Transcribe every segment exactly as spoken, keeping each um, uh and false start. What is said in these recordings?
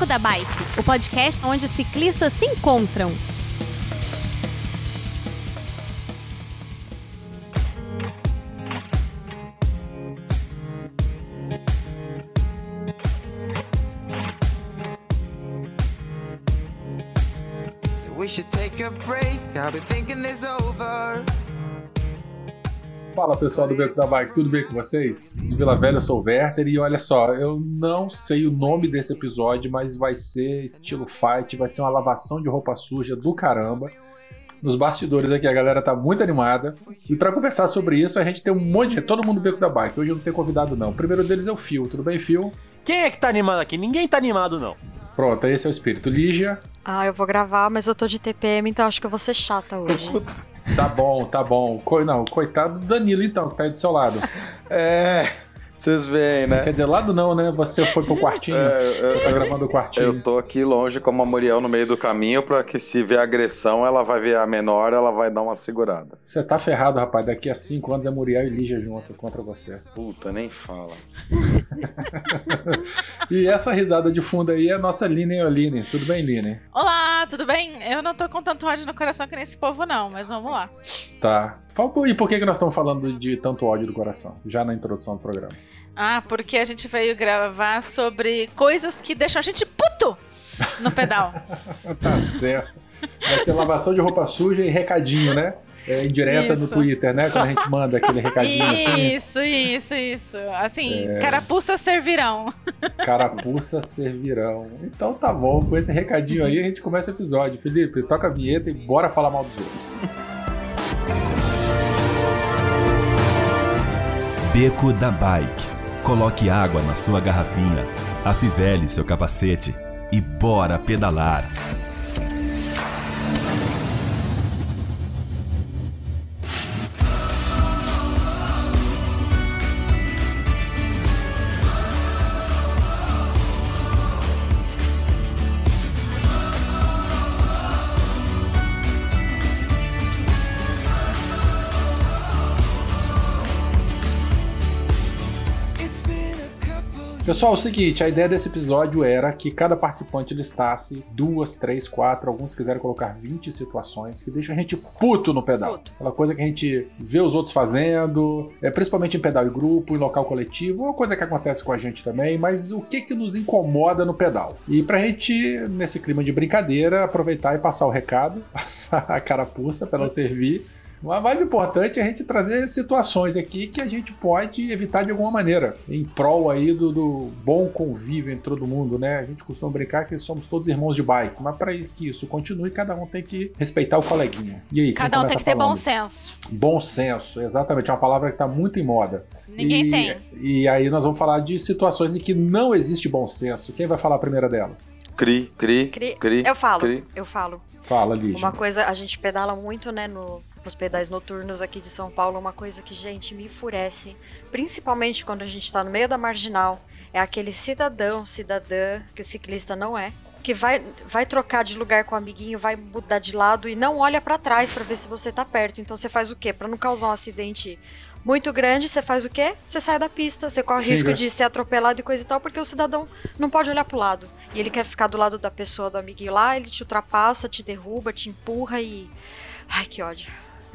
Beco da Bike, o podcast onde os ciclistas se encontram. So we should take a break. I've been thinking this over. Fala pessoal do Beco da Bike, tudo bem com vocês? De Vila Velha, eu sou o Werther e olha só, eu não sei o nome desse episódio, mas vai ser estilo fight, vai ser uma lavação de roupa suja do caramba. Nos bastidores aqui a galera tá muito animada e pra conversar sobre isso a gente tem um monte de gente, todo mundo do Beco da Bike. Hoje eu não tenho convidado não, o primeiro deles é o Phil, tudo bem, Phil? Quem é que tá animado aqui? Ninguém tá animado não. Pronto, esse é o espírito. Lígia? Ah, eu vou gravar, mas eu tô de T P M, então acho que eu vou ser chata hoje. Tá bom, tá bom. Co... Não, coitado do Danilo então, que tá aí do seu lado. É, vocês veem, né? Quer dizer, lado não, né? Você foi pro quartinho, É, eu, você tá gravando o quartinho. Eu tô aqui longe como a Muriel no meio do caminho pra que se ver agressão, ela vai ver a menor, ela vai dar uma segurada. Você tá ferrado, rapaz. Daqui a cinco anos é Muriel e Lígia junto contra você. Puta, nem fala. E essa risada de fundo aí é a nossa Line Oline. Tudo bem, Line? Olá, tudo bem? Eu não tô com tanto ódio no coração que nesse povo não, mas vamos lá. Tá. Fala, e por que que nós estamos falando de tanto ódio do coração? Já na introdução do programa. Ah, porque a gente veio gravar sobre coisas que deixam a gente puto no pedal. Tá certo. Vai ser lavação de roupa suja e recadinho, né? É, indireta Isso. no Twitter, né? Quando a gente manda aquele recadinho assim. Isso, isso, isso. Assim, É. carapuças servirão. Carapuça servirão. Então tá bom, com esse recadinho aí a gente começa o episódio. Felipe, toca a vinheta e bora falar mal dos outros. Beco da Bike. Coloque água na sua garrafinha, afivele seu capacete e bora pedalar. Pessoal, é o seguinte, a ideia desse episódio era que cada participante listasse duas, três, quatro, alguns quiserem colocar vinte situações que deixam a gente puto no pedal. Puto. Aquela coisa que a gente vê os outros fazendo, é, principalmente em pedal e grupo, em local coletivo, uma coisa que acontece com a gente também, mas o que que nos incomoda no pedal? E pra gente, nesse clima de brincadeira, aproveitar e passar o recado, passar a carapuça pra ela servir. Mas mais importante é a gente trazer situações aqui que a gente pode evitar de alguma maneira, em prol aí do, do bom convívio entre todo mundo, né? A gente costuma brincar que somos todos irmãos de bike, mas para que isso continue, cada um tem que respeitar o coleguinha. E aí, quem Cada um tem começa que ter falando? bom senso. Bom senso, exatamente, é uma palavra que está muito em moda. Ninguém e, tem. E aí nós vamos falar de situações em que não existe bom senso. Quem vai falar a primeira delas? Cri, cri, Cri- cri. Eu falo, cri. eu falo. Fala, Lígia. Uma coisa, a gente pedala muito, né, no, nos pedais noturnos aqui de São Paulo, uma coisa que, gente, me enfurece, principalmente quando a gente tá no meio da marginal, é aquele cidadão, cidadã, que o ciclista não é, que vai, vai trocar de lugar com o amiguinho, vai mudar de lado e não olha pra trás pra ver se você tá perto. Então você faz o quê? Pra não causar um acidente muito grande, você faz o quê? Você sai da pista, você corre o risco de ser atropelado e coisa e tal, porque o cidadão não pode olhar pro lado. E ele quer ficar do lado da pessoa, do amiguinho lá, ele te ultrapassa, te derruba, te empurra e... Ai, que ódio.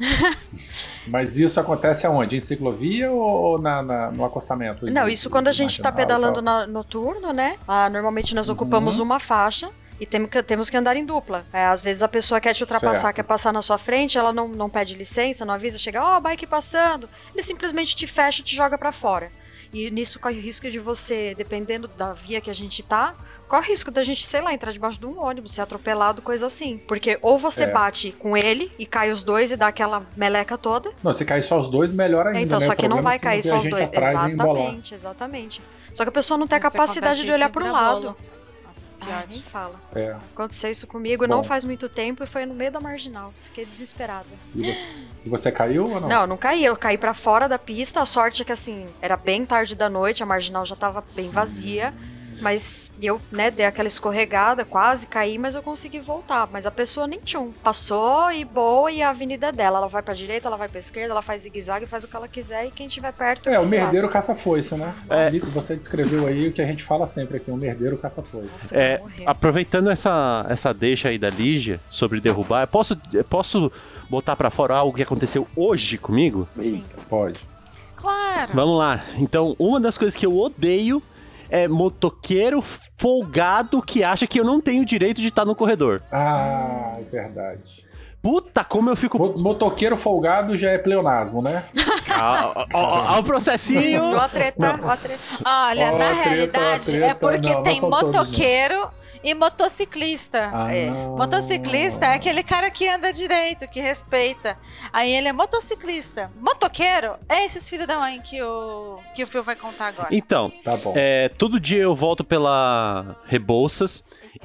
Mas isso acontece aonde? Em ciclovia ou na, na- no acostamento? Não, de- isso quando a de gente tá marginal e pedalando tal? na- noturno, né? Ah, normalmente nós Uhum. ocupamos uma faixa e temos que, temos que andar em dupla. É, às vezes a pessoa quer te ultrapassar, Certo. quer passar na sua frente, ela não, não pede licença, não avisa, chega, ó, bike passando. Ele simplesmente te fecha e te joga pra fora. E nisso corre o risco de você, dependendo da via que a gente tá, corre o risco da gente, sei lá, entrar debaixo de um ônibus, ser atropelado, coisa assim. Porque ou você É. bate com ele e cai os dois e dá aquela meleca toda. Não, se cair só os dois, melhor ainda, Então, né? só O que não problema é vai se não cair ter só a os gente dois. atrás e embolar. Exatamente, exatamente. Só que a pessoa não tem a Isso capacidade acontece de olhar isso pro em lado. Virabolo. Nossa, que Ai, ódio. nem fala. É. Aconteceu isso comigo Bom. não faz muito tempo e foi no meio da marginal. Fiquei desesperada. E você, e você caiu ou não? Não, não caí. Eu caí pra fora da pista. A sorte é que, assim, era bem tarde da noite, a marginal já tava bem vazia. Mas eu, né, dei aquela escorregada, quase caí, mas eu consegui voltar. Mas a pessoa nem tchum. Passou e boa, e a avenida é dela. Ela vai pra direita, ela vai pra esquerda, ela faz zigue-zague, faz o que ela quiser, e quem estiver perto... É, o se merdeiro lasca. caça-foice, né? É. Nico, você descreveu aí o que a gente fala sempre aqui, o merdeiro caça-foice. Nossa, eu É, vou morrer. aproveitando essa, essa deixa aí da Lígia sobre derrubar, eu posso, eu posso botar pra fora algo que aconteceu hoje comigo? Sim. Pode. Claro. Vamos lá. Então, uma das coisas que eu odeio é motoqueiro folgado que acha que eu não tenho direito de estar no corredor. Ah, é verdade. Puta, como eu fico... Mo- Motoqueiro folgado já é pleonasmo, né? Ó, ó, ó, ó o processinho. Ó a treta, ó a treta. Olha, Ó, na treta, realidade, treta, é porque não, não tem são todos, motoqueiro e motociclista. Ah, É. Motociclista é aquele cara que anda direito, que respeita. Aí ele é motociclista. Motoqueiro é esses filhos da mãe que o, que o Phil vai contar agora. Então, Tá bom. é, todo dia eu volto pela Rebouças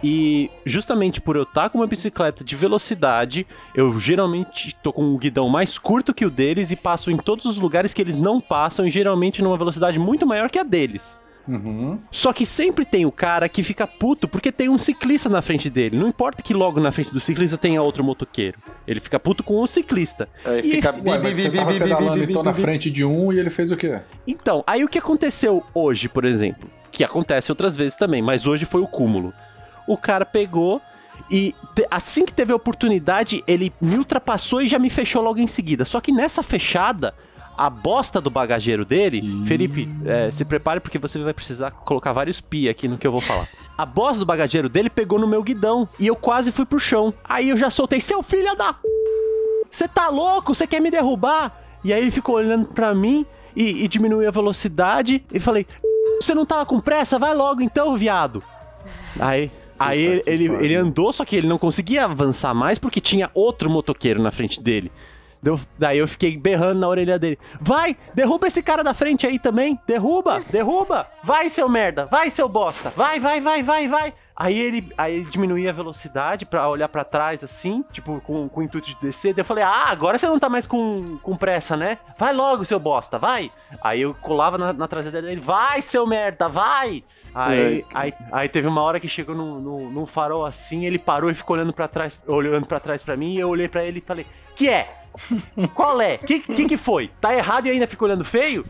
e justamente por eu estar com uma bicicleta de velocidade, eu geralmente tô com um guidão mais curto que o deles e passo em todos os lugares que eles não passam e geralmente numa velocidade muito maior que a deles. Uhum. Só que sempre tem o cara que fica puto porque tem um ciclista na frente dele. Não importa que logo na frente do ciclista tenha outro motoqueiro. Ele fica puto com o ciclista. Aí E fica esse- Ué, mas você tava pedalando então na frente de um e ele fez o quê? Então, aí o que aconteceu hoje, por exemplo, que acontece outras vezes também, mas hoje foi o cúmulo. O cara pegou e te- assim que teve a oportunidade, ele me ultrapassou e já me fechou logo em seguida. Só que nessa fechada, a bosta do bagageiro dele... Ih. Felipe, é, se prepare porque você vai precisar colocar vários pi aqui no que eu vou falar. A bosta do bagageiro dele pegou no meu guidão e eu quase fui pro chão. Aí eu já soltei, seu filho da... Você tá louco? Você quer me derrubar? E aí ele ficou olhando pra mim e, e diminuiu a velocidade e falei, você não tava com pressa? Vai logo então, viado. Aí... Aí Puta que ele, pariu. ele andou, só que ele não conseguia avançar mais porque tinha outro motoqueiro na frente dele. Deu- daí eu fiquei berrando na orelha dele. Vai, derruba esse cara da frente aí também. Derruba, derruba. Vai, seu merda. Vai, seu bosta. Vai, vai, vai, vai, vai. Aí ele, aí ele diminuía a velocidade pra olhar pra trás assim, tipo, com, com o intuito de descer. Daí eu falei, ah, agora você não tá mais com, com pressa, né? Vai logo, seu bosta, vai. Aí eu colava na, na traseira dele, vai, seu merda, vai. Aí, aí, aí teve uma hora que chegou num, num, num farol assim, ele parou e ficou olhando pra trás, olhando pra trás pra mim, e eu olhei pra ele e falei, que é? Qual é? Que, que que foi? Tá errado e ainda fica olhando feio?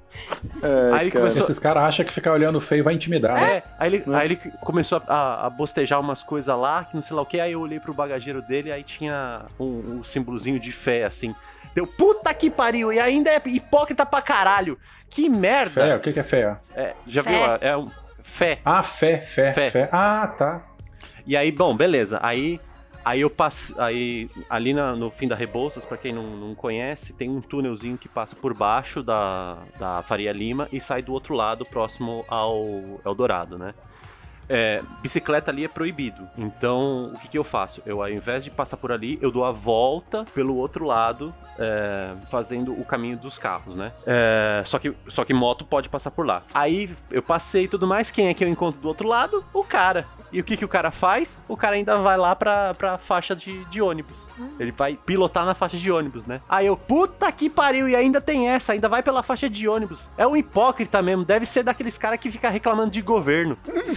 É, Aí ele cara. começou- Esses caras acham que ficar olhando feio vai intimidar, né? É, aí ele, aí ele começou a, a bostejar umas coisas lá, que não sei lá o que, aí eu olhei pro bagageiro dele, aí tinha um, um símbolozinho de fé, assim. Deu, puta que pariu, e ainda é hipócrita pra caralho. Que merda. Fé, o que que é fé? É, já Fé. viu? É um... Fé. Ah, fé, fé, Fé. fé. Ah, tá. E aí, bom, beleza. Aí, aí eu passo. Aí, ali na- no fim da Rebouças, pra quem não, não conhece, tem um túnelzinho que passa por baixo da, da Faria Lima e sai do outro lado, próximo ao Eldorado, né? É, bicicleta ali é proibido. Então, o que, que eu faço? Eu, ao invés de passar por ali, eu dou a volta pelo outro lado, é, fazendo o caminho dos carros, né? É, só, que, só que moto pode passar por lá. Aí eu passei e tudo mais. Quem é que eu encontro do outro lado? O cara. E o que, que o cara faz? O cara ainda vai lá pra, pra faixa de, de ônibus. Ele vai pilotar na faixa de ônibus, né? Aí eu, puta que pariu, e ainda tem essa, ainda vai pela faixa de ônibus. É um hipócrita mesmo, deve ser daqueles caras que ficam reclamando de governo.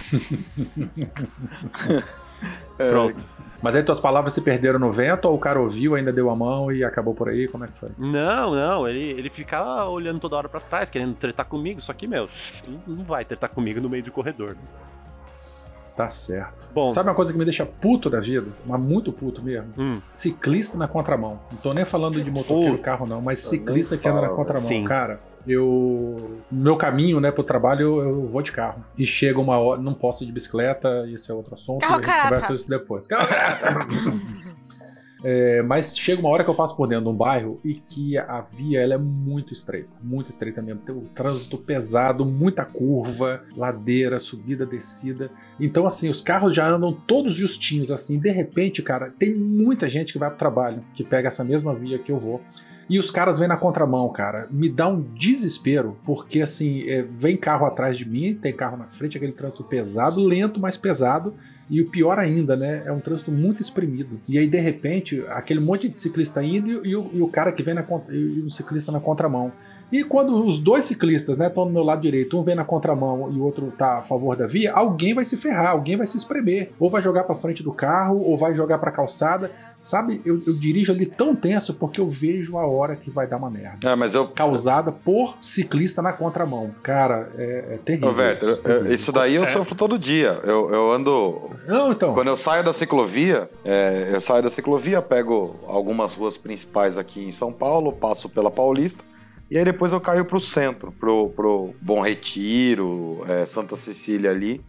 Pronto. Mas aí tuas palavras se perderam no vento ou o cara ouviu, ainda deu a mão e acabou por aí? Como é que foi? Não, não, ele, ele ficava olhando toda hora pra trás, querendo tretar comigo, só que, meu, não- não vai tretar comigo no meio do corredor. Tá certo. Bom. Sabe uma coisa que me deixa puto da vida? Mas muito puto mesmo? Hum, Ciclista na contramão. Não tô nem falando de motoqueiro, Puta. carro não, mas Eu ciclista nem que anda na falo. contramão. Sim. Cara, eu... No meu caminho, né, pro trabalho, eu, eu vou de carro. E chega uma hora... Não posso ir de bicicleta, isso é outro assunto. Carro a gente carata. conversa isso depois. Carro carata. É, mas chega uma hora que eu passo por dentro de um bairro e que a via ela é muito estreita, muito estreita mesmo. Tem o trânsito pesado, muita curva, ladeira, subida, descida. Então, assim, os carros já andam todos justinhos, assim. De repente, cara, tem muita gente que vai pro trabalho, que pega essa mesma via que eu vou. E os caras vêm na contramão, cara. Me dá um desespero, porque, assim, é, vem carro atrás de mim, tem carro na frente, aquele trânsito pesado, lento, mas pesado. E o pior ainda, né? É um trânsito muito espremido. E aí, de repente, aquele monte de ciclista indo e, e, o, e o cara que vem na e o ciclista na contramão. E quando os dois ciclistas, né, estão do meu lado direito, um vem na contramão e o outro tá a favor da via, alguém vai se ferrar, alguém vai se espremer. Ou vai jogar pra frente do carro, ou vai jogar pra calçada. Sabe, eu, eu dirijo ali tão tenso porque eu vejo a hora que vai dar uma merda. É, mas eu... Causada por ciclista na contramão. Cara, é, é terrível. Ô, Werther, isso, isso daí eu é. sofro todo dia. Eu, eu ando... Não, então... Quando eu saio da ciclovia, é, eu saio da ciclovia, pego algumas ruas principais aqui em São Paulo, passo pela Paulista, e aí depois eu caio pro centro, pro, pro Bom Retiro, é, Santa Cecília ali.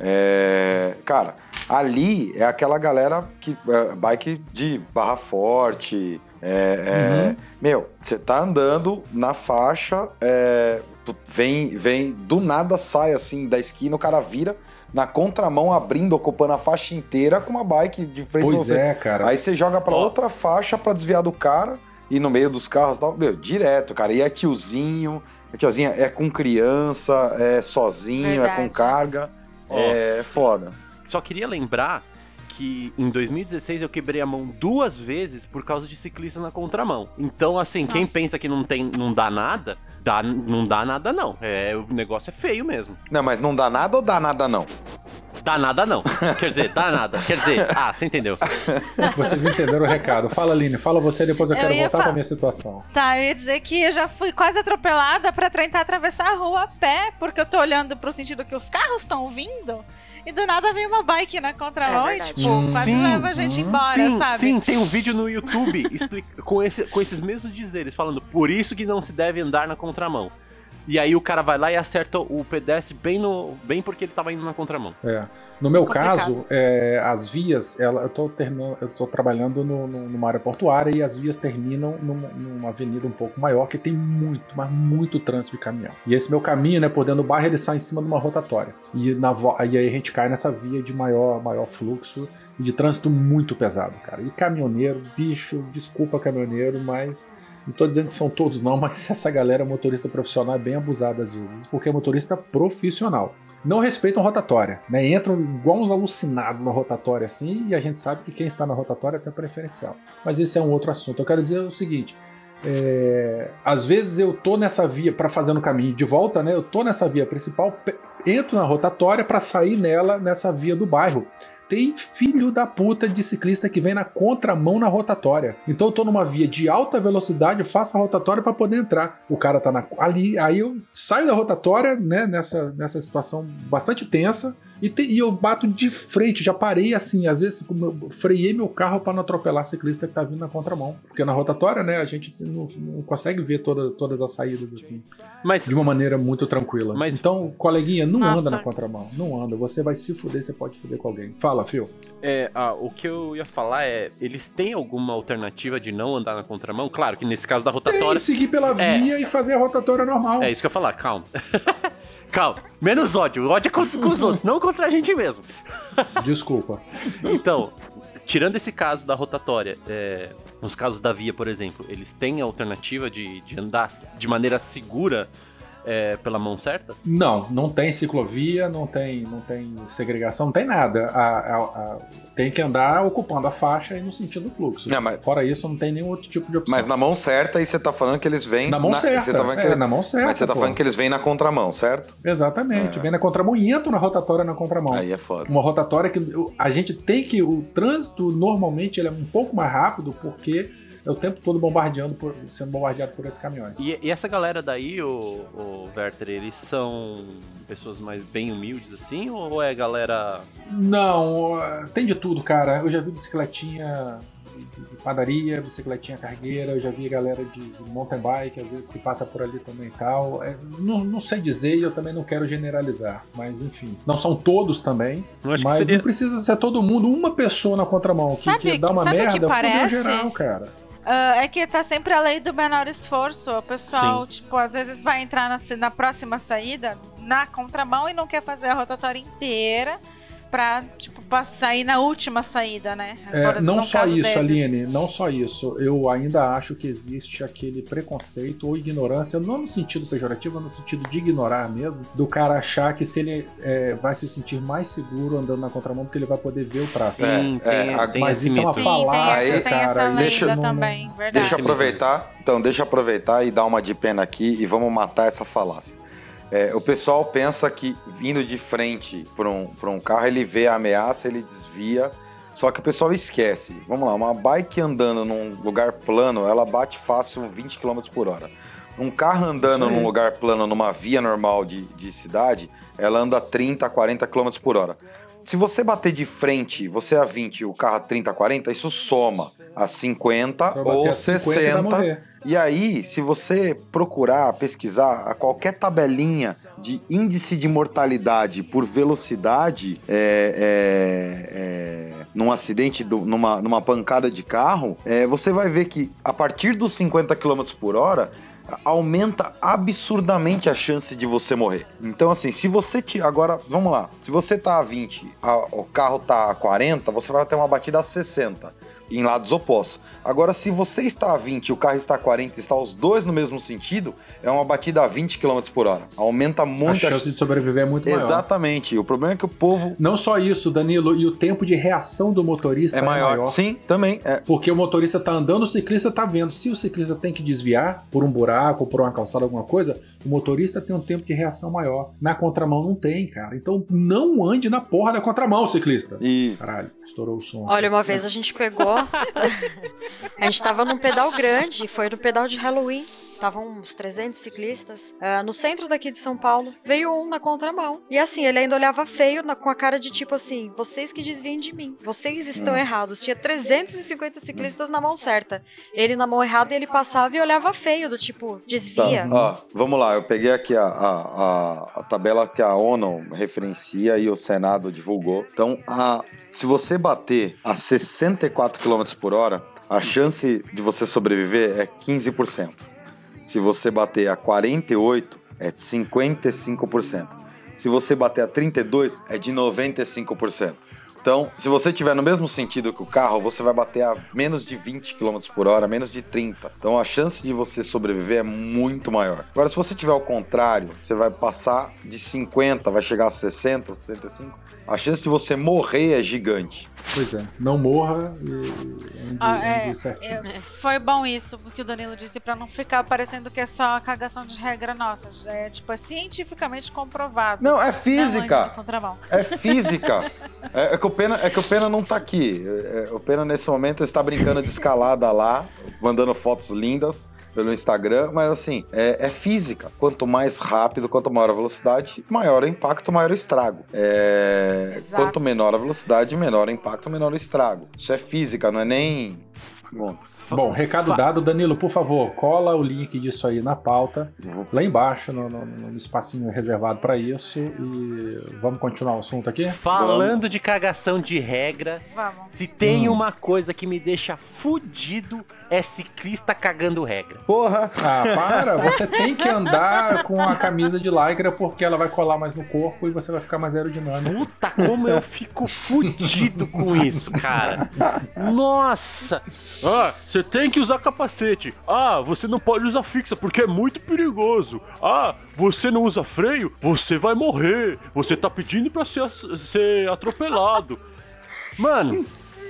É, cara, ali é aquela galera que é, bike de Barra Forte. É, uhum. é, meu, você tá andando na faixa, é, vem, vem, do nada sai assim da esquina, o cara vira na contramão, abrindo, ocupando a faixa inteira com uma bike de frente pois pra você. É, cara. Aí você joga pra oh. outra faixa pra desviar do cara. E no meio dos carros, tal, meu, direto, cara. E é tiozinho, a tiazinha é com criança, é sozinho, Verdade. é com carga. Oh. É foda. Só queria lembrar que em dois mil e dezesseis eu quebrei a mão duas vezes por causa de ciclista na contramão. Então, assim, Nossa. quem pensa que não, tem, não dá nada, dá, não dá nada não. É, o negócio é feio mesmo. Não, mas não dá nada ou dá nada não? Dá nada não. Quer dizer, dá nada. Quer dizer, ah, você entendeu. Vocês entenderam o recado. Fala, Aline, fala você, depois eu, eu quero voltar fa... pra minha situação. Tá, eu ia dizer que eu já fui quase atropelada pra tentar atravessar a rua a pé, porque eu tô olhando pro sentido que os carros estão vindo, e do nada vem uma bike na contramão é e, tipo, hum, quase sim, leva a gente hum, embora, sim, sabe? Sim, tem um vídeo no YouTube explica, com, esse, com esses mesmos dizeres, falando por isso que não se deve andar na contramão. E aí o cara vai lá e acerta o pedestre bem, no, bem porque ele tava indo na contramão. É. No meu Complicado. caso, é, as vias, ela, eu, tô terminando, eu tô trabalhando no, no, numa área portuária e as vias terminam numa, numa avenida um pouco maior que tem muito, mas muito trânsito de caminhão. E esse meu caminho, né, por dentro do bairro, ele sai em cima de uma rotatória. E, na, e aí a gente cai nessa via de maior, maior fluxo e de trânsito muito pesado, cara. E caminhoneiro, bicho, desculpa caminhoneiro, mas... Não tô dizendo que são todos não, mas essa galera motorista profissional é bem abusada às vezes, porque é motorista profissional. Não respeitam rotatória, né? Entram igual uns alucinados na rotatória assim, e a gente sabe que quem está na rotatória tem preferencial. Mas esse é um outro assunto. Eu quero dizer o seguinte, é... às vezes eu tô nessa via para fazer no caminho de volta, né? Eu tô nessa via principal, entro na rotatória para sair nela, nessa via do bairro. Tem filho da puta de ciclista que vem na contramão na rotatória. Então eu tô numa via de alta velocidade, eu faço a rotatória para poder entrar. O cara tá na, ali, aí eu saio da rotatória, né, nessa, nessa situação bastante tensa, e, te, e eu bato de frente, já parei assim, às vezes eu freiei meu carro para não atropelar ciclista que tá vindo na contramão. Porque na rotatória, né, a gente não, não consegue ver toda, todas as saídas assim, mas, de uma maneira muito tranquila. Mas, então, coleguinha, não nossa. anda na contramão, não anda. Você vai se fuder, você pode fuder com alguém. Fala, Phil. É, ah, o que eu ia falar é, eles têm alguma alternativa de não andar na contramão? Claro que nesse caso da rotatória... Tem, seguir pela é, via e fazer a rotatória normal. É isso que eu ia falar, calma. Calma, menos ódio. O ódio é contra com os outros, não contra a gente mesmo. Desculpa. Então, tirando esse caso da rotatória, é, nos casos da via, por exemplo, eles têm a alternativa de, de andar de maneira segura é, pela mão certa? Não, não tem ciclovia, não tem, não tem segregação, não tem nada. A, a, a, tem que andar ocupando a faixa e no sentido do fluxo. Não, mas... Fora isso, não tem nenhum outro tipo de opção. Mas na mão certa, aí você tá falando que eles vêm... Na mão na... certa, você tá é, ele... na mão certa. Mas você tá pô. falando que eles vêm na contramão, certo? Exatamente, é. vem na contramão e entram na rotatória na contramão. Aí é foda. Uma rotatória que a gente tem que... O trânsito, normalmente, ele é um pouco mais rápido, porque... É o tempo todo bombardeando por, sendo bombardeado por esses caminhões. E, e essa galera daí, o, o Werther, eles são pessoas mais bem humildes assim? Ou é galera... Não, tem de tudo, cara. Eu já vi bicicletinha de, de padaria, bicicletinha cargueira, eu já vi galera de, de mountain bike, às vezes, que passa por ali também e tal. É, não, não sei dizer e eu também não quero generalizar, mas enfim. Não são todos também, mas seria... não precisa ser todo mundo. Uma pessoa na contramão sabe, que, que dá uma merda, fudeu geral, cara. Uh, é que tá sempre a lei do menor esforço. O pessoal, Sim. tipo, às vezes vai entrar na, na próxima saída na contramão e não quer fazer a rotatória inteira pra, tipo, passar aí na última saída, né? É, Agora, não no só caso isso, desses. Aline, não só isso. Eu ainda acho que existe aquele preconceito ou ignorância, não no sentido pejorativo, mas no sentido de ignorar mesmo, do cara achar que se ele é, vai se sentir mais seguro andando na contramão porque ele vai poder ver o tráfego. Sim, É, tem, é, tem mas esse isso é uma mito. Sim, tem, falácia, essa, tem cara. essa lenda deixa- também, não- verdade. Deixa eu aproveitar. Então, deixa eu aproveitar e dar uma de pena aqui e vamos matar essa falácia. É, o pessoal pensa que vindo de frente para um, para um carro, ele vê a ameaça, ele desvia. Só que o pessoal esquece. Vamos lá, uma bike andando num lugar plano, ela bate fácil vinte quilômetros por hora. Um carro andando Isso aí. num lugar plano, numa via normal de, de cidade, ela anda trinta, quarenta quilômetros por hora. Se você bater de frente, você a vinte e o carro a trinta, quarenta, isso soma a cinquenta Se eu bater ou a cinquenta, ele vai sessenta. morrer. E aí, se você procurar, pesquisar a qualquer tabelinha de índice de mortalidade por velocidade é, é, é, num acidente, do- numa, numa pancada de carro, é, você vai ver que a partir dos cinquenta quilômetros por hora, aumenta absurdamente a chance de você morrer. Então, assim, se você... Te, agora, vamos lá. Se você tá a vinte, a- o carro tá a quarenta, você vai ter uma batida a sessenta. Em lados opostos. Agora, se você está a vinte e o carro está a quarenta e está os dois no mesmo sentido, é uma batida a vinte quilômetros por hora. Aumenta A muito chance de sobreviver é muito maior. Exatamente. O problema é que o povo Não só isso, Danilo, e o tempo de reação do motorista é é maior. maior. Sim, também. É. Porque o motorista tá andando, o ciclista tá vendo. Se o ciclista tem que desviar por um buraco, por uma calçada, alguma coisa, o motorista tem um tempo de reação maior. Na contramão não tem, cara. Então não ande na porra da contramão, ciclista. E Caralho, estourou o som. Olha, uma vez a gente pegou. A gente tava num pedal grande, foi no pedal de Halloween. Estavam uns trezentos ciclistas ah, no centro daqui de São Paulo. Veio um na contramão. E assim, ele ainda olhava feio na- com a cara de tipo assim: vocês que desviem de mim. Vocês estão Hum. errados. Tinha trezentos e cinquenta ciclistas na mão certa. Ele na mão errada e ele passava e olhava feio, do tipo, desvia. Tá, ó, vamos lá, eu peguei aqui a, a, a, a tabela que a ONU referencia e o Senado divulgou. Então, a, se você bater a sessenta e quatro quilômetros por hora, a chance de você sobreviver é quinze por cento. Se você bater a quarenta e oito, é de cinquenta e cinco por cento. Se você bater a trinta e dois, é de noventa e cinco por cento. Então, se você estiver no mesmo sentido que o carro, você vai bater a menos de vinte quilômetros por hora, menos de trinta. Então, a chance de você sobreviver é muito maior. Agora, se você tiver ao contrário, você vai passar de cinquenta, vai chegar a sessenta, sessenta e cinco. A chance de você morrer é gigante. Pois é, não morra e ande, Ah, é, ande certinho. é, foi bom isso que o Danilo disse, pra não ficar parecendo que é só cagação de regra nossa. É, tipo, é cientificamente comprovado. Não, é Não ande física. na contramão. É física. É, é que o Pena, é que o Pena não tá aqui. É, é, o Pena, nesse momento, está brincando de escalada lá, mandando fotos lindas pelo Instagram, mas assim, é, é física. Quanto mais rápido, quanto maior a velocidade, maior o impacto, maior o estrago. É, Exato. quanto menor a velocidade, menor o impacto, menor o estrago. Isso é física, não é nem... Bom, Bom, recado dado, Danilo, por favor, cola o link disso aí na pauta, lá embaixo, no, no, no espacinho reservado para isso, e vamos continuar o assunto aqui? Falando de cagação de regra, Vamos. se tem Hum. uma coisa que me deixa fudido, é ciclista cagando regra. porra! Ah, para, você tem que andar com a camisa de lycra porque ela vai colar mais no corpo e você vai ficar mais aerodinâmico. Puta, como eu fico fudido com isso, cara. Nossa! Ah, você tem que usar capacete. Ah, você não pode usar fixa porque é muito perigoso. Ah, você não usa freio, você vai morrer. Você tá pedindo pra ser, ser atropelado. Mano...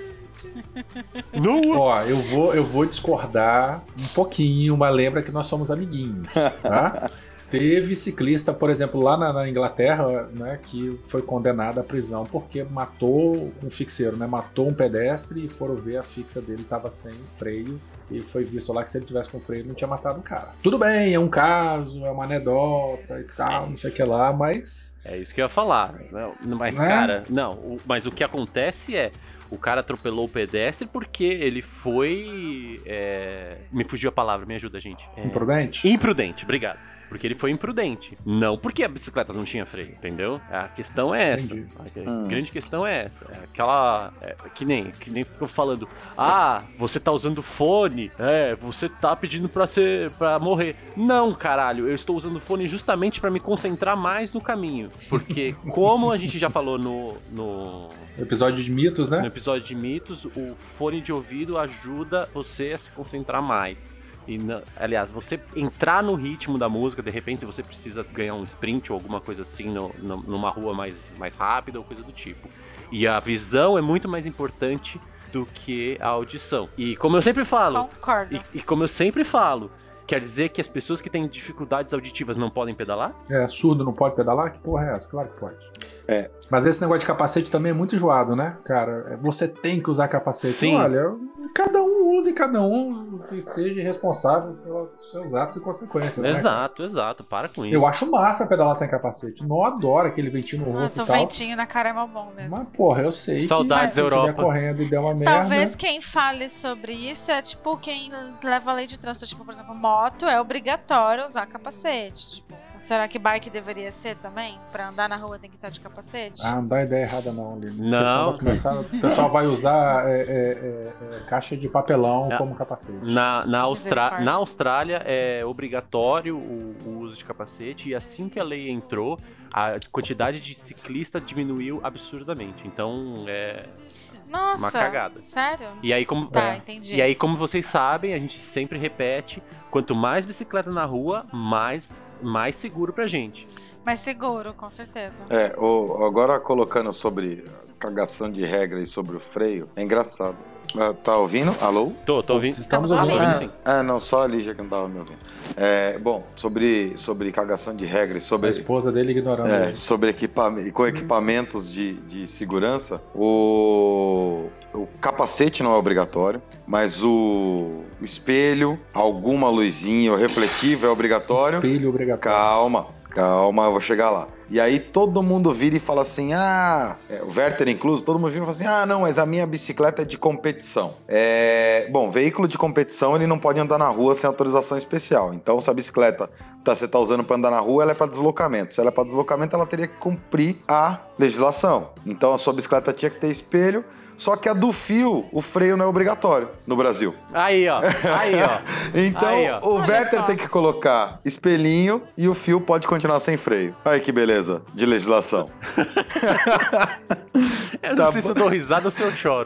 Não... Ó, eu vou, eu vou discordar um pouquinho, mas lembra que nós somos amiguinhos, tá? Teve ciclista, por exemplo, lá na, na Inglaterra, né, que foi condenado à prisão porque matou um fixeiro, né? Matou um pedestre e foram ver a fixa dele estava sem freio. E foi visto lá que se ele tivesse com freio, ele não tinha matado o cara. Tudo bem, é um caso, é uma anedota e tal, não sei o que lá, mas... É isso que eu ia falar. Não, mas, Né? cara, não. O, mas o que acontece é... O cara atropelou o pedestre porque ele foi... é, me fugiu a palavra, me ajuda, gente. É, Imprudente? Imprudente, obrigado. Porque ele foi imprudente. Não porque a bicicleta não tinha freio, entendeu? A questão é essa. Entendi. A Hum. grande questão é essa. É aquela... É, que nem que nem ficou falando, ah, você tá usando fone, é, você tá pedindo pra, ser, pra morrer. Não, caralho, eu estou usando fone justamente pra me concentrar mais no caminho. Porque, como a gente já falou no... no Episódio de mitos, No né? episódio de mitos, o fone de ouvido ajuda você a se concentrar mais. E, na- aliás, você entrar no ritmo da música, de repente, se você precisa ganhar um sprint ou alguma coisa assim no, no- numa rua mais, mais rápida ou coisa do tipo. E a visão é muito mais importante do que a audição. E como eu sempre falo, Concordo. e, e como eu sempre falo, quer dizer que as pessoas que têm dificuldades auditivas não podem pedalar? É, surdo não pode pedalar? Que porra é essa? Claro que pode. É. Mas esse negócio de capacete também é muito enjoado, né, cara? Você tem que usar capacete. Sim. Olha, cada um use, cada um que seja responsável pelos seus atos e consequências. né, cara? Exato, exato. Para com isso. Eu acho massa pedalar sem capacete. Não adoro aquele ventinho no rosto Nossa, e o tal. ventinho na cara é mó bom mesmo. Mas, porra, eu sei Saudades que se eu Europa. estiver correndo e der uma merda... Talvez quem fale sobre isso é tipo quem leva a lei de trânsito, tipo, por exemplo, moto, é obrigatório usar capacete. Tipo, será que bike deveria ser também? Pra andar na rua tem que estar de capacete? Ah, não dá ideia errada não, Lili. Não. O pessoal vai, começar- o pessoal vai usar é, é, é, é, caixa de papelão É. como capacete. Na, na, Austra... Misericórdia. na Austrália é obrigatório o, o uso de capacete e assim que a lei entrou, a quantidade de ciclista diminuiu absurdamente. Então, é... Nossa, uma cagada. sério? E aí, como... Tá, é. entendi. E aí, como vocês sabem, a gente sempre repete, quanto mais bicicleta na rua, mais, mais seguro pra gente. Mais seguro, com certeza. É, o, agora colocando sobre cagação de regra e sobre o freio, é engraçado. Ah, tá ouvindo? Alô? Tô, tô ouvindo. Estamos Estamos ouvindo. ouvindo. Ah, sim. ah, não, só a Lígia que não tava me ouvindo. É, bom, sobre, sobre cagação de regra e sobre, A esposa dele ignorando é, ele. sobre equipame- com equipamentos de, de segurança, o, o capacete não é obrigatório, mas o, o espelho, alguma luzinha ou refletivo é obrigatório. Espelho obrigatório. Calma, calma, eu vou chegar lá. E aí todo mundo vira e fala assim, ah, é, o Werther incluso, todo mundo vira e fala assim, ah, não, mas a minha bicicleta é de competição. É, bom, veículo de competição, ele não pode andar na rua sem autorização especial. Então, se a bicicleta tá, você tá usando para andar na rua, ela é para deslocamento. Se ela é para deslocamento, ela teria que cumprir a legislação. Então, a sua bicicleta tinha que ter espelho, só que a do fio, o freio não é obrigatório no Brasil. Aí, ó. Aí, ó. Então, Aí, ó. o Olha Werther só. tem que colocar espelhinho e o fio pode continuar sem freio. Olha que beleza de legislação. Eu Tá não sei se eu dou risada ou se eu choro,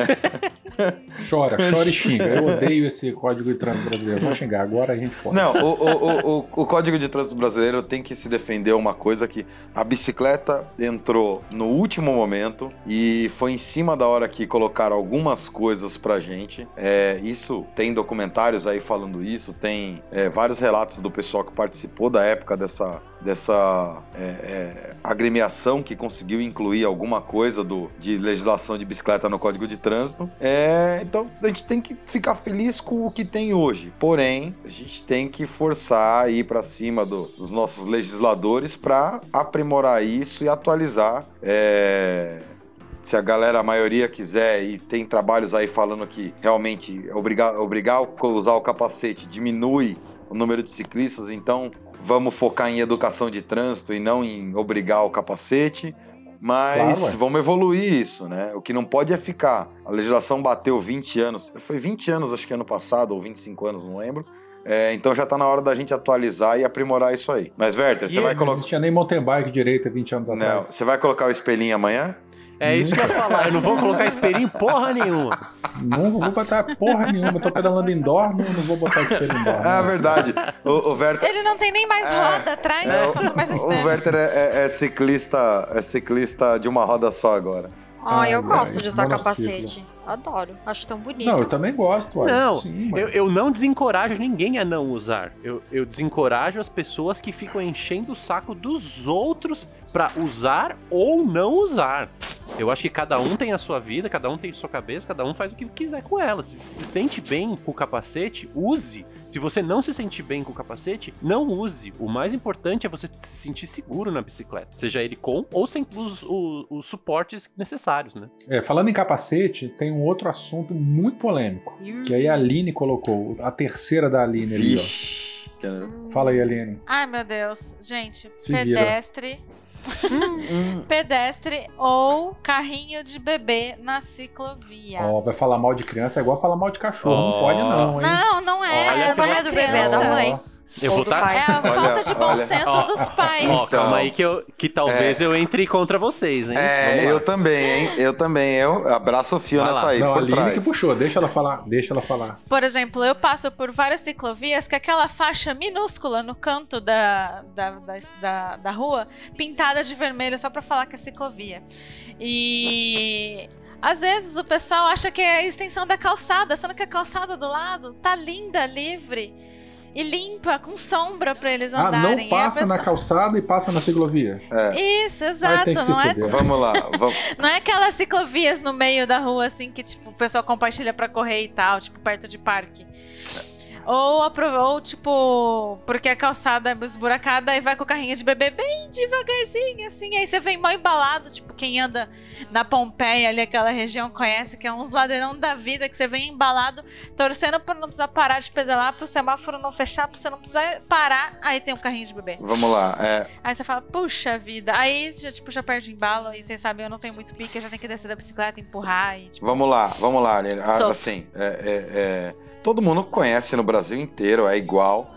cara. Chora, chora e xinga. Eu odeio esse código de trânsito brasileiro. Vou xingar, agora a gente pode. Não, o, o, o, o, o Código de Trânsito Brasileiro tem que se defender uma coisa que a bicicleta entrou no último momento e foi em cima da hora que colocaram algumas coisas pra gente. É, isso, tem documentários aí falando isso, tem é, vários relatos do pessoal que participou da época dessa, dessa é, é, agremiação que conseguiu incluir alguma coisa do, de legislação de bicicleta no Código de Trânsito. É, então a gente tem que ficar feliz com o que tem hoje. Porém, a gente tem que forçar aí para cima do, dos nossos legisladores para aprimorar isso e atualizar. É, se a galera, a maioria quiser, e tem trabalhos aí falando que realmente obrigar, obrigar a usar o capacete diminui o número de ciclistas, então vamos focar em educação de trânsito e não em obrigar o capacete. Mas Claro, ué. vamos evoluir isso, né? O que não pode é ficar. A legislação bateu vinte anos. Foi vinte anos, acho que ano passado, ou vinte e cinco anos, não lembro. É, então já tá na hora da gente atualizar e aprimorar isso aí. Mas, Werther, você E vai não colocar. existia nem mountain bike direito há vinte anos Não, atrás. você vai colocar o espelhinho amanhã? É isso que eu ia falar. Eu não vou colocar espelhinho porra nenhuma. Não vou botar porra nenhuma. Eu tô pedalando indoor, não, não vou botar espelho indoor. Ah, não. verdade. O, o Werther. Ele não tem nem mais É, roda atrás, é, quanto mais o, o espelho. Werther é, é- é ciclista, é ciclista de uma roda só agora. Ah, eu Ai, gosto ai, de usar monociclo. capacete. Adoro. Acho tão bonito. Não, eu também gosto. Ué. Não, Sim, mas... Eu, eu não desencorajo ninguém a não usar. Eu, eu desencorajo as pessoas que ficam enchendo o saco dos outros pra usar ou não usar. Eu acho que cada um tem a sua vida, cada um tem a sua cabeça, cada um faz o que quiser com ela. Se se sente bem com o capacete, use. Se você não se sentir bem com o capacete, não use. O mais importante é você se sentir seguro na bicicleta. Seja ele com ou sem os, os, os suportes necessários, né? É, falando em capacete, tem um outro assunto muito polêmico. Que aí a Aline colocou, a terceira da Aline ali, ó. Vixe. Hum. Fala aí, Aline. Ai, meu Deus. Gente, Se pedestre. Pedestre ou carrinho de bebê na ciclovia. Ó, vai falar mal de criança é igual falar mal de cachorro. Ó. Não pode não, hein? Não, não é. Olha, não não é do bebê, é da criança. mãe. Eu vou tá... É a Olha, falta de bom olha. senso Ó, dos pais. Ó, Então. calma aí que, eu, que talvez É. eu entre contra vocês, hein? É, Vamos lá. eu também, hein? Eu também. Eu abraço o fio Vai nessa lá. aí, Não, a por Aline trás. que puxou. Deixa ela falar. Deixa ela falar. Por exemplo, eu passo por várias ciclovias que aquela faixa minúscula no canto da, da, da, da, da rua, pintada de vermelho só pra falar que é ciclovia. E às vezes o pessoal acha que é a extensão da calçada, sendo que a calçada do lado tá linda, livre e limpa, com sombra pra eles Ah, andarem. não E passa a pessoa- na calçada e passa na ciclovia. Isso, Aí exato. tem que se Não é, fuder. Vamos lá. Vamos... não é aquelas ciclovias no meio da rua, assim, que tipo, o pessoal compartilha pra correr e tal, tipo, perto de parque. Ou, aprove- ou tipo, porque a calçada é esburacada e vai com o carrinho de bebê bem devagarzinho, assim. Aí você vem mal embalado, tipo, quem anda na Pompeia ali, aquela região, conhece, que é uns ladeirão da vida, que você vem embalado, torcendo pra não precisar parar de pedalar, pro semáforo não fechar, pra você não precisar parar. Aí tem um carrinho de bebê. Vamos lá. É, Aí você fala, puxa vida. Aí já, tipo, já perde o embalo e vocês sabem, eu não tenho muito pique, eu já tenho que descer da bicicleta, empurrar e tipo... vamos lá, vamos lá, Aline. Ah, Sofro. assim, é, é, é, todo mundo conhece no Brasil inteiro, é igual.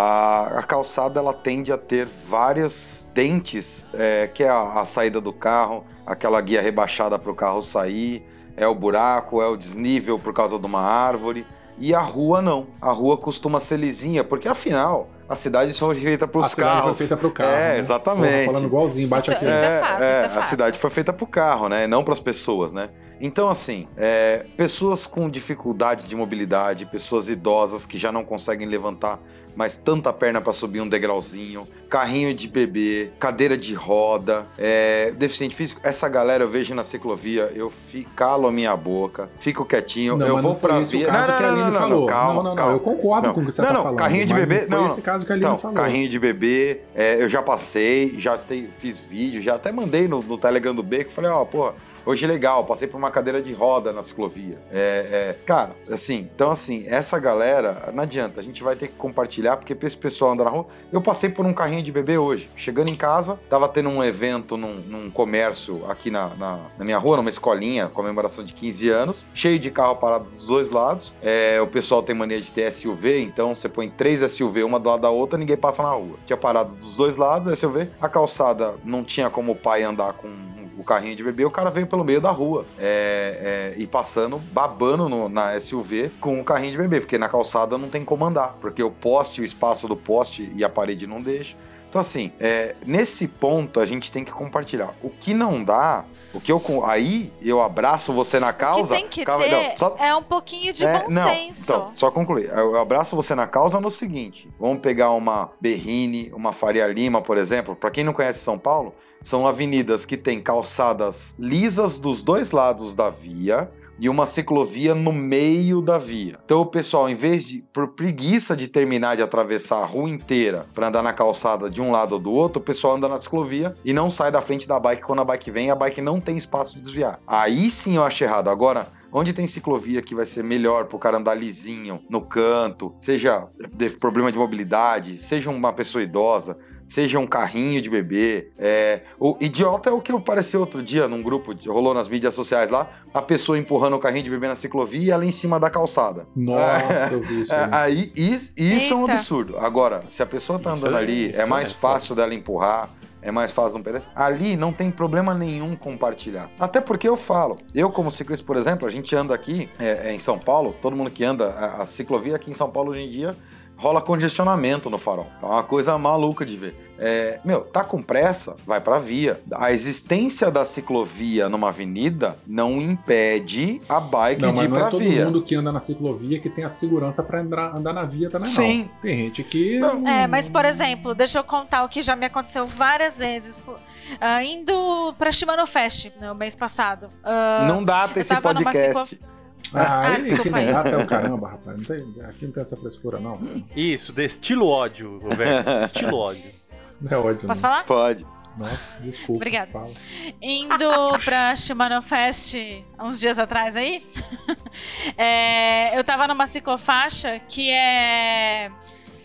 A, a calçada ela tende a ter várias dentes, é, que é a, a saída do carro, aquela guia rebaixada para o carro sair, é o buraco, é o desnível por causa de uma árvore. E a rua não. A rua costuma ser lisinha, porque afinal a cidade foi feita para A os cidade carros. foi feita pro carro. É, né? exatamente. Porra, falando igualzinho, bate Isso- aqui. isso é fato, isso é A fato. cidade foi feita para o carro, né? Não para as pessoas, né? Então, assim, é, pessoas com dificuldade de mobilidade, pessoas idosas que já não conseguem levantar mais tanta perna para subir um degrauzinho, carrinho de bebê, cadeira de roda, é, deficiente físico, essa galera eu vejo na ciclovia, eu fico, calo a minha boca, fico quietinho, Não, eu mas vou não foi pra esse via. o caso que a Aline falou. calma, não, não, não, calma. eu concordo Não. com o que você não, tá não, falando. carrinho de mas bebê, não foi não, esse caso que a Aline então, falou. carrinho de bebê, é, eu já passei, já te, fiz vídeo, já até mandei no, no Telegram do Beco, falei, ó, porra, hoje é legal, passei por uma cadeira de roda na ciclovia. É, é, cara, assim, então assim, essa galera, não adianta, a gente vai ter que compartilhar, porque pra esse pessoal andar na rua, eu passei por um carrinho de bebê hoje. Chegando em casa, tava tendo um evento num, num comércio aqui na, na, na minha rua, numa escolinha, comemoração de quinze anos, cheio de carro parado dos dois lados. É, o pessoal tem mania de ter S U V, então você põe três S U V uma do lado da outra, ninguém passa na rua. Tinha parado dos dois lados, S U V, a calçada não tinha como o pai andar com o carrinho de bebê, o cara veio pelo meio da rua é, é, e passando, babando no, na S U V com o carrinho de bebê, porque na calçada não tem como andar, porque o poste, o espaço do poste e a parede não deixa. Então assim, é, nesse ponto a gente tem que compartilhar. O que não dá, o que eu aí eu abraço você na causa. O que tem que calma, ter não, só, é um pouquinho de é, bom não, senso. Então, só concluir. Eu abraço você na causa no seguinte: vamos pegar uma Berrini, uma Faria Lima, por exemplo. Para quem não conhece São Paulo, são avenidas que têm calçadas lisas dos dois lados da via e uma ciclovia no meio da via. Então o pessoal, em vez de, por preguiça de terminar de atravessar a rua inteira para andar na calçada de um lado ou do outro, o pessoal anda na ciclovia e não sai da frente da bike quando a bike vem, a bike não tem espaço de desviar. Aí sim eu acho errado. Agora, onde tem ciclovia que vai ser melhor pro cara andar lisinho, no canto, seja de problema de mobilidade, seja uma pessoa idosa, seja um carrinho de bebê. É... O idiota é o que apareceu outro dia num grupo, rolou nas mídias sociais lá, a pessoa empurrando o carrinho de bebê na ciclovia e ela em cima da calçada. Nossa, eu vi isso. É, Aí. aí, isso, isso é um Eita. absurdo. Agora, se a pessoa tá Isso andando é- ali, isso é mais é fácil dela empurrar, é mais fácil não pedestre. Ali não tem problema nenhum compartilhar. Até porque eu falo, eu como ciclista, por exemplo, a gente anda aqui é, é em São Paulo, todo mundo que anda, a, a ciclovia aqui em São Paulo hoje em dia, rola congestionamento no farol. É uma coisa maluca de ver. É, meu, tá com pressa? Vai pra via. A existência da ciclovia numa avenida não impede a bike Não, de mas ir não pra é todo via. mundo que anda na ciclovia que tem a segurança pra andar, andar na via também, Sim. não. Tem gente que... Não. É, mas por exemplo, deixa eu contar o que já me aconteceu várias vezes. Ah, indo pra Shimano Fest no mês passado. Ah, Não data eu esse tava numa podcast. ciclo- Ah, Ah, aí que desculpa aí. nem até o caramba, rapaz. Não tem, aqui não tem essa frescura, não. Isso, destilo ódio, Roberto. Destilo ódio. Não é ódio, Posso não. falar? Pode. Nossa, desculpa. Obrigada. Fala. Indo pra Shimano Fest uns dias atrás aí, é, eu tava numa ciclofaixa que é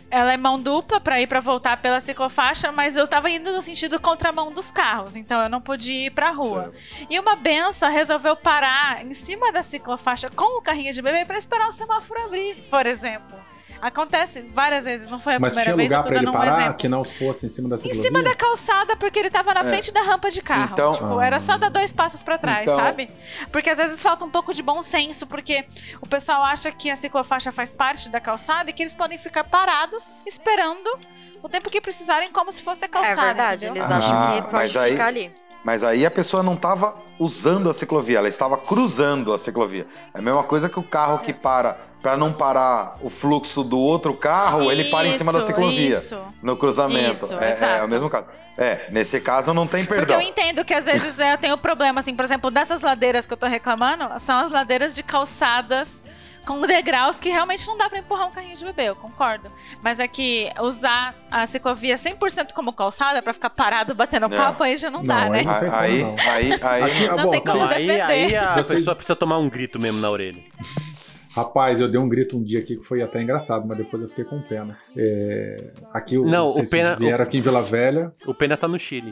ela é mão dupla pra ir pra voltar pela ciclofaixa, mas eu tava indo no sentido contramão dos carros, então eu não podia ir pra rua. Certo. E uma benção resolveu parar em cima da ciclofaixa com o carrinho de bebê pra esperar o semáforo abrir, por exemplo. Acontece várias vezes, não foi a Mas primeira vez. Mas tinha lugar pra ele um parar exemplo. que não fosse em cima da ciclovia? Em cima da calçada, porque ele tava na É. frente da rampa de carro. Então- Tipo, Ah. era só dar dois passos pra trás, Então- sabe? Porque às vezes falta um pouco de bom senso, porque o pessoal acha que a ciclofaixa faz parte da calçada e que eles podem ficar parados esperando o tempo que precisarem, como se fosse a É calçada. verdade, entendeu? eles acham Ah, que pode mas aí- ficar ali. Mas aí a pessoa não estava usando a ciclovia, ela estava cruzando a ciclovia. É a mesma coisa que o carro que para, para não parar o fluxo do outro carro, ele para em cima da Isso, ciclovia, isso. no cruzamento. Isso, é, é exato. o mesmo caso. É, nesse caso não tem Porque perdão. eu entendo que às vezes é, tem o problema, assim, por exemplo, dessas ladeiras que eu tô reclamando, são as ladeiras de calçadas com degraus que realmente não dá pra empurrar um carrinho de bebê, eu concordo. Mas é que usar a ciclovia cem por cento como calçada pra ficar parado batendo Não. papo aí já não, Não, dá, aí né? não tem como, Aí, não. aí, aí, Aqui, ah, Não bom, tem como Não, vocês- aí, defender. aí a Vocês- pessoa precisa tomar um grito mesmo na orelha. Rapaz, eu dei um grito um dia aqui que foi até engraçado, mas depois eu fiquei com pena. É, aqui, Não, não sei o se pena- vieram aqui em Vila Velha. O Pena tá no Chile.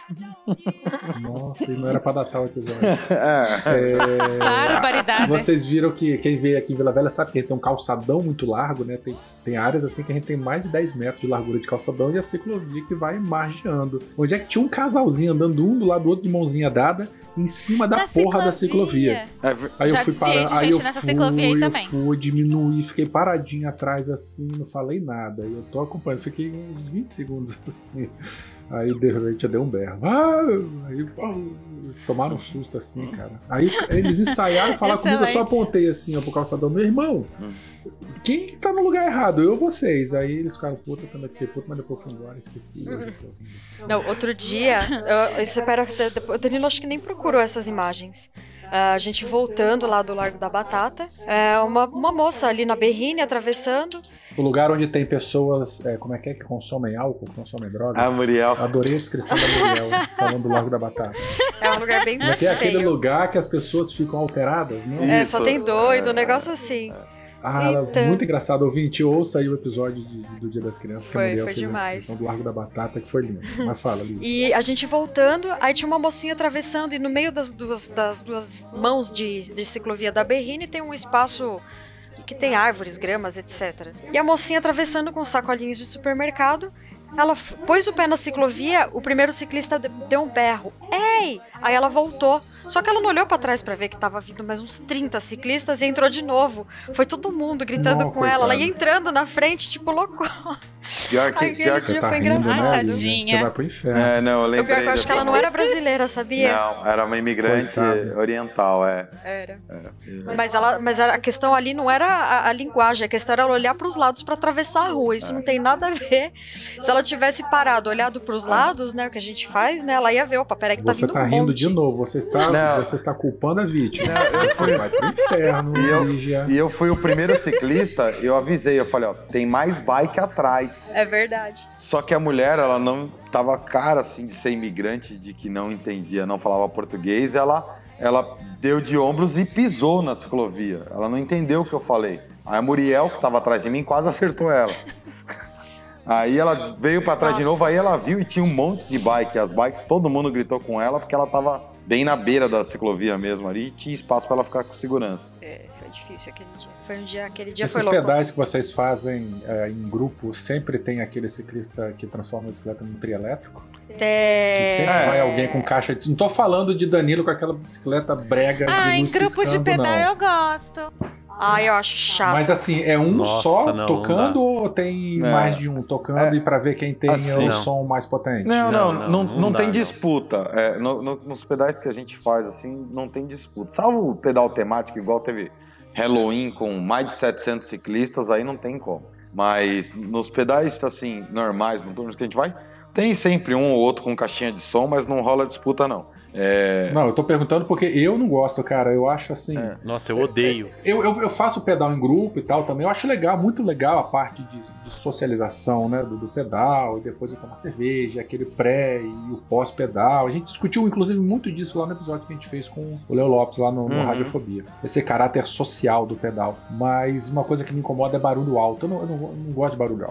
Nossa, e não era pra datar o episódio. é, É, Barbaridade. vocês viram que quem veio aqui em Vila Velha sabe que a gente tem um calçadão muito largo, né? Tem, tem áreas assim que a gente tem mais de dez metros de largura de calçadão e a ciclovia que vai margeando. Onde é que tinha um casalzinho andando um do lado do outro de mãozinha dada em cima da Na porra da ciclovia. é ver- Aí Já eu fui desviei parar, de aí gente eu nessa fui, ciclovia aí eu também. fui diminuir, fiquei paradinho atrás assim, não falei nada. E eu tô acompanhando, fiquei uns vinte segundos assim. Aí de repente eu dei um berro. Ah! Aí pô, eles tomaram um susto assim, cara. Aí eles ensaiaram falar comigo, eu só Excelente. apontei assim ó, pro calçadão, meu irmão. Quem tá no lugar errado? Eu ou vocês? Aí eles ficaram puto, eu também fiquei puto, mas depois eu fui embora, esqueci. Não, outro dia, eu, isso espero que o Danilo acho que nem procurou essas imagens. Ah, a gente voltando lá do Largo da Batata, é, uma, uma moça ali na Berrine atravessando. O lugar onde tem pessoas, é, como é que é, que consomem álcool, consomem drogas. a Muriel. Adorei a descrição da Muriel, falando do Largo da Batata. É um lugar bem Como é que é aquele feio. lugar que as pessoas ficam alteradas, né? É, Isso. só tem doido, um negócio assim. Ah, Então. muito engraçado. Ouvinte, ouça aí o episódio de- do Dia das Crianças que Foi, a Muriel foi fez demais. a descrição do Largo da Batata, que foi lindo. Mas fala, Lívia. E a gente voltando, aí tinha uma mocinha atravessando, e no meio das duas, das duas mãos de, de ciclovia da Berrine tem um espaço que tem árvores, gramas, etcétera. E a mocinha atravessando com sacolinhos de supermercado, ela f- pôs o pé na ciclovia, o primeiro ciclista de- deu um berro. Ei! Aí ela voltou. Só que ela não olhou pra trás pra ver que tava vindo mais uns trinta ciclistas e entrou de novo. Foi todo mundo gritando Não, com ela. Ela ia coitada. entrando na frente, tipo, louco. Pior que, Ai, pior gente, que Você tá foi rindo, engraçado. né, Lívia? Tadinha. Você vai pro inferno. É, não, eu O pior lembrei é que eu acho que ela dessa não era moça. brasileira, sabia? Não, era uma imigrante Coitada. oriental, é. Era. É. Mas, ela, mas a questão ali não era a, a linguagem, a questão era ela olhar pros lados pra atravessar a rua. Isso não tem nada a ver. Se ela tivesse parado, olhado pros lados, né, o que a gente faz, né, ela ia ver, opa, peraí que tá Você vindo tá um rindo monte. de novo. Você está, Não. você está culpando a vítima. Não, eu Você fui- vai pro inferno, E eu- Lígia. E eu fui o primeiro ciclista, eu avisei, eu falei, ó, tem mais bike atrás. É verdade. Só que a mulher, ela não tava cara assim de ser imigrante, de que não entendia, não falava português, ela, ela deu de ombros e pisou na ciclovia. Ela não entendeu o que eu falei. Aí a Muriel, que tava atrás de mim, quase acertou ela. Aí ela veio pra trás de Nossa. novo, aí ela viu e tinha um monte de bike. As bikes, todo mundo gritou com ela, porque ela tava bem na beira da ciclovia mesmo ali, e tinha espaço pra ela ficar com segurança. É, foi difícil aquele dia. Foi um dia, aquele dia Esses foi louco. pedais que vocês fazem é, em grupo, sempre tem aquele ciclista que transforma a bicicleta num trio elétrico? Que É... sempre vai alguém com caixa de... Não tô falando de Danilo com aquela bicicleta brega Ah, de em luz grupo de piscando, pedal não. eu gosto. Ah, eu acho chato. Mas assim, é um Nossa, só não, tocando não ou tem Não. mais de um tocando É, e pra ver quem tem assim, o não. som mais potente? Não, não, Não, não, não, não, não tem dá, disputa. É, no- no- nos pedais que a gente faz, assim, não tem disputa. Salvo o pedal temático, igual teve Halloween com mais de setecentos ciclistas, aí não tem como. Mas nos pedais, assim, normais, no turno que a gente vai, tem sempre um ou outro com caixinha de som, mas não rola disputa, não. É, Não, eu tô perguntando porque eu não gosto, cara. Eu acho assim. É. Nossa, eu odeio. Eu, eu, eu faço pedal em grupo e tal também. Eu acho legal, muito legal a parte de, de socialização, né? Do, do pedal, e depois eu tomar cerveja, aquele pré e o pós-pedal. A gente discutiu, inclusive, muito disso lá no episódio que a gente fez com o Léo Lopes lá no, no Uhum. Radiofobia. Esse caráter social do pedal. Mas uma coisa que me incomoda é barulho alto. Eu não, eu não, eu não gosto de barulho alto. É, eu também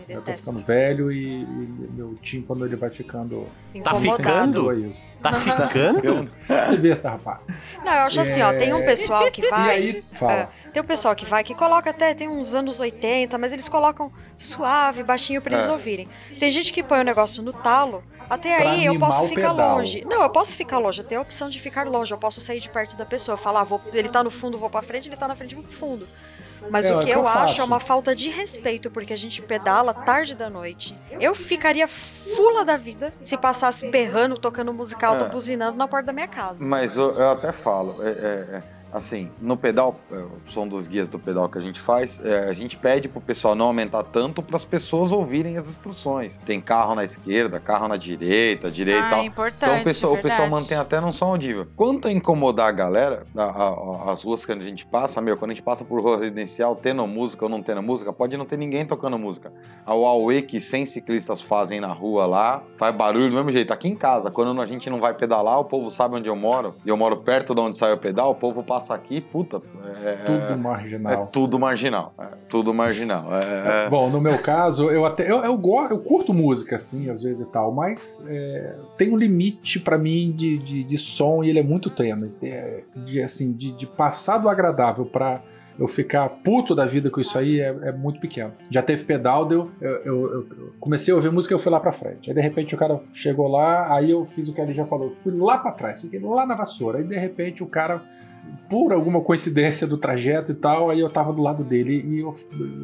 Eu tô ficando velho e, e meu tímpano ele vai ficando... Tá ficando? Isso. Tá ficando? Você vê essa rapaz. Não, eu acho é... assim, ó, tem um pessoal que vai... E aí, fala. É, tem um pessoal que vai, que coloca até, tem uns anos oitenta, mas eles colocam suave, baixinho pra eles é. ouvirem. Tem gente que põe o negócio no talo, até pra aí eu posso ficar pedal. longe. Não, eu posso ficar longe, eu tenho a opção de ficar longe, eu posso sair de perto da pessoa, falar, vou, ele tá no fundo, vou pra frente, ele tá na frente, vou pro fundo. Mas é, o que, é que eu, eu acho é uma falta de respeito, porque a gente pedala tarde da noite. Eu ficaria fula da vida se passasse berrando, tocando música alta, é. buzinando na porta da minha casa. Mas eu, eu até falo, é, é, é. Assim, no pedal, eu sou um dos guias do pedal que a gente faz, é, a gente pede pro pessoal não aumentar tanto para as pessoas ouvirem as instruções. Tem carro na esquerda, carro na direita, direita e ah, tal. É importante, então o pessoal, o pessoal verdade. mantém até num som audível. Quanto a incomodar a galera, a, a, a, as ruas que a gente passa, meu, quando a gente passa por rua residencial, tendo música ou não tendo música, pode não ter ninguém tocando música. A Huawei que cem ciclistas fazem na rua lá, faz barulho do mesmo jeito. Aqui em casa, quando a gente não vai pedalar, o povo sabe onde eu moro, e eu moro perto de onde sai o pedal, o povo passa aqui, puta, é, tudo marginal. É tudo marginal. É tudo marginal. É, é... Bom, no meu caso, eu até eu, eu, gosto, eu curto música, assim, às vezes e tal, mas é, tem um limite pra mim de, de, de som e ele é muito tênue. É, de, assim, de, de passar do agradável pra eu ficar puto da vida com isso aí é, é muito pequeno. Já teve pedal, deu, eu, eu, eu comecei a ouvir música e eu fui lá pra frente. Aí de repente o cara chegou lá, aí eu fiz o que ele já falou, eu fui lá pra trás, fiquei lá na vassoura. Aí de repente o cara, por alguma coincidência do trajeto e tal, aí eu tava do lado dele e eu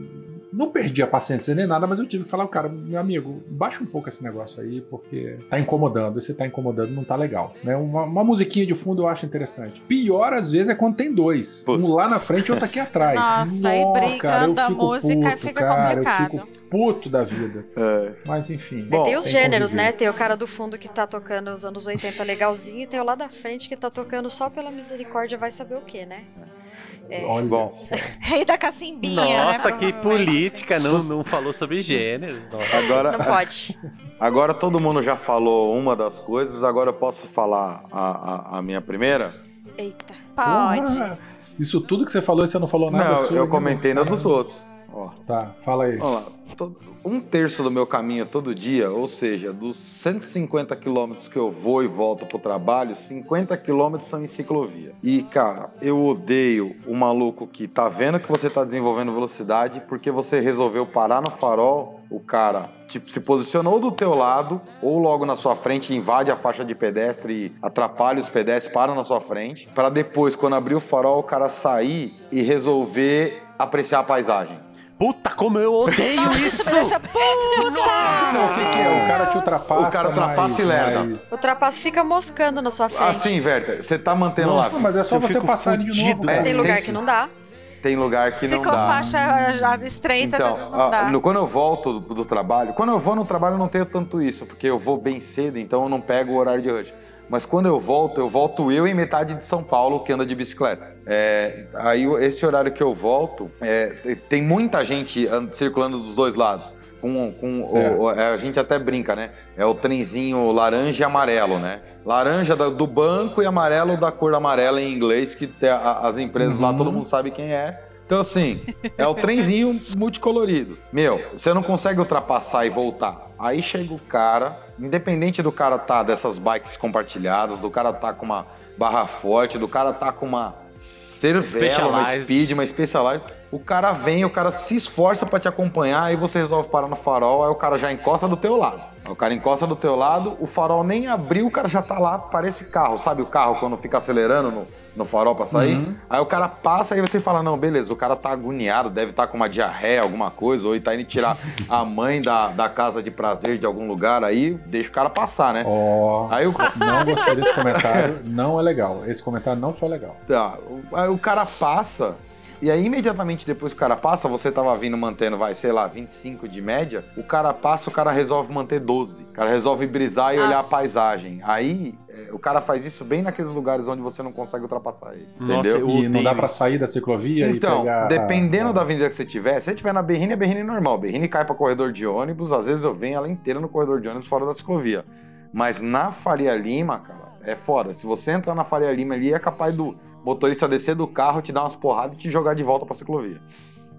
não perdi a paciência nem nada, mas eu tive que falar, cara, meu amigo, baixa um pouco esse negócio aí, porque tá incomodando, e se tá incomodando não tá legal, né? Uma, uma musiquinha de fundo eu acho interessante. Pior às vezes é quando tem dois, Puta. um lá na frente e outro aqui atrás. Nossa, aí brigando a música puto, fica cara, complicado. Eu fico puto da vida. É. Mas enfim. Bom, tem os tem gêneros, conviver. né? Tem o cara do fundo que tá tocando os anos oitenta legalzinho, e tem o lá da frente que tá tocando só pela misericórdia, vai saber o que, né? É. Olha, bom. Rei da cacimbinha. Nossa, né, que política, não, não falou sobre gêneros. Nossa. Agora, não pode. Agora todo mundo já falou uma das coisas, agora eu posso falar a, a, a minha primeira? Eita. Pode. Ah, isso tudo que você falou e você não falou nada. Não, sua, eu comentei na dos outros. Ó. Tá, fala aí. Vamos lá. Um terço do meu caminho todo dia, ou seja, dos cento e cinquenta quilômetros que eu vou e volto pro trabalho, cinquenta quilômetros são em ciclovia. E, cara, eu odeio o maluco que tá vendo que você tá desenvolvendo velocidade porque você resolveu parar no farol, o cara tipo, se posicionou do teu lado ou logo na sua frente, invade a faixa de pedestre e atrapalha os pedestres, para na sua frente, para depois, quando abrir o farol, o cara sair e resolver apreciar a paisagem. Puta, como eu odeio isso! Deixa puta! Não, o que, que é? O cara te ultrapassa. O cara ultrapassa mais, e lerda. mais... O trapaço fica moscando na sua frente. Assim, Werther, você tá mantendo Nossa, lá. mas é só Eu você fico passar ele de fudido. novo. É, Cara. Tem lugar tem- que não dá. Tem lugar que Se não com dá. faixa já estreita, Então, às vezes não dá. a- no- quando eu volto do, do trabalho, quando eu vou no trabalho eu não tenho tanto isso, porque eu vou bem cedo, então eu não pego o horário de rush. Mas quando eu volto, eu volto eu e metade de São Paulo que anda de bicicleta. É, aí esse horário que eu volto, é, tem muita gente and- circulando dos dois lados. Com, com o, o- a gente até brinca, né? É o trenzinho laranja e amarelo, né? Laranja da- do banco e amarelo da cor amarela em inglês, que tem a- as empresas lá, todo mundo sabe quem é. Então, assim, é o trenzinho multicolorido. Meu, você não consegue ultrapassar e voltar. Aí chega o cara, independente do cara tá dessas bikes compartilhadas, do cara tá com uma barra forte, do cara tá com uma Cervelo, uma Speed, uma Specialized, o cara vem, o cara se esforça pra te acompanhar, aí você resolve parar no farol, aí o cara já encosta do teu lado. Aí o cara encosta do teu lado, o farol nem abriu, o cara já tá lá, parece carro, sabe o carro quando fica acelerando no, no farol pra sair? Uhum. Aí o cara passa, aí você fala, não, beleza, o cara tá agoniado, deve estar tá com uma diarreia, alguma coisa, ou ele tá indo tirar a mãe da, da casa de prazer de algum lugar, aí deixa o cara passar, né? Ó, oh, aí o... não gostei desse comentário, não é legal, esse comentário não foi legal. Tá, aí o cara passa... E aí, imediatamente depois que o cara passa, você tava vindo mantendo, vai, sei lá, vinte e cinco de média, o cara passa, o cara resolve manter doze. O cara resolve brisar e Nossa. olhar a paisagem. Aí, é, o cara faz isso bem naqueles lugares onde você não consegue ultrapassar ele. Nossa, entendeu? E não dá pra sair da ciclovia então, e pegar... dependendo a... da avenida que você tiver, se você tiver na Berrine, é Berrine normal. Berrine cai pra corredor de ônibus, às vezes eu venho ela inteira no corredor de ônibus fora da ciclovia. Mas na Faria Lima, cara, é foda. Se você entrar na Faria Lima ali, é capaz do... motorista descer do carro, te dar umas porradas e te jogar de volta pra ciclovia.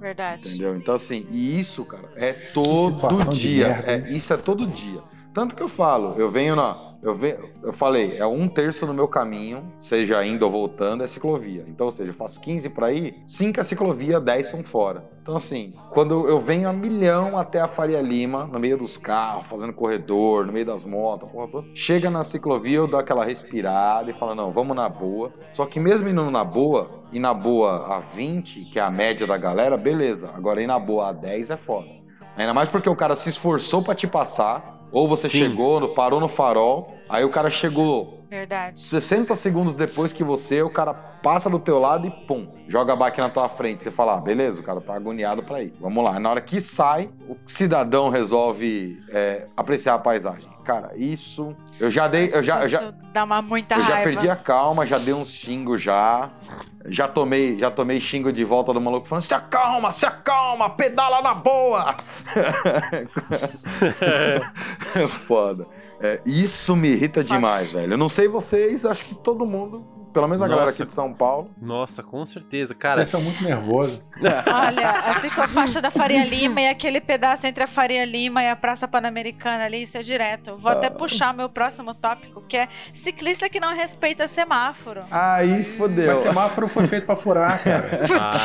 Verdade. Entendeu? Então, assim, e isso, cara, é todo dia. É, isso é todo dia. Tanto que eu falo, eu venho na... Eu, venho, eu falei, é um terço do meu caminho, seja indo ou voltando, é ciclovia. Então, ou seja, eu faço quinze pra ir, cinco é ciclovia, dez são fora. Então, assim, quando eu venho a milhão até a Faria Lima, no meio dos carros, fazendo corredor, no meio das motos, porra, chega na ciclovia, eu dou aquela respirada e falo, não, vamos na boa. Só que mesmo indo na boa, e na boa a vinte, que é a média da galera, beleza. Agora ir na boa a dez é foda. Ainda mais porque o cara se esforçou pra te passar, ou você Sim. chegou, parou no farol, aí o cara chegou Verdade. sessenta segundos depois que você, o cara passa do teu lado e pum, joga a bike na tua frente. Você fala, ah, beleza, o cara tá agoniado pra ir. Vamos lá. Na hora que sai, o cidadão resolve é, apreciar a paisagem. Cara, isso... Eu já dei... Eu já, eu já, isso dá uma muita eu raiva. já perdi a calma, já dei uns xingos já... Já tomei, já tomei xingo de volta do maluco falando, se acalma, se acalma, pedala na boa. Foda. É, isso me irrita demais, velho. Eu não sei vocês, acho que todo mundo, pelo menos a Nossa. galera aqui de São Paulo. Nossa, com certeza, cara. Vocês são muito nervosos. Olha, a ciclofaixa da Faria Lima e aquele pedaço entre a Faria Lima e a Praça Pan-Americana ali, isso é direto. Vou ah. até puxar meu próximo tópico, que é ciclista que não respeita semáforo. Aí, fodeu. Mas semáforo foi feito pra furar, cara.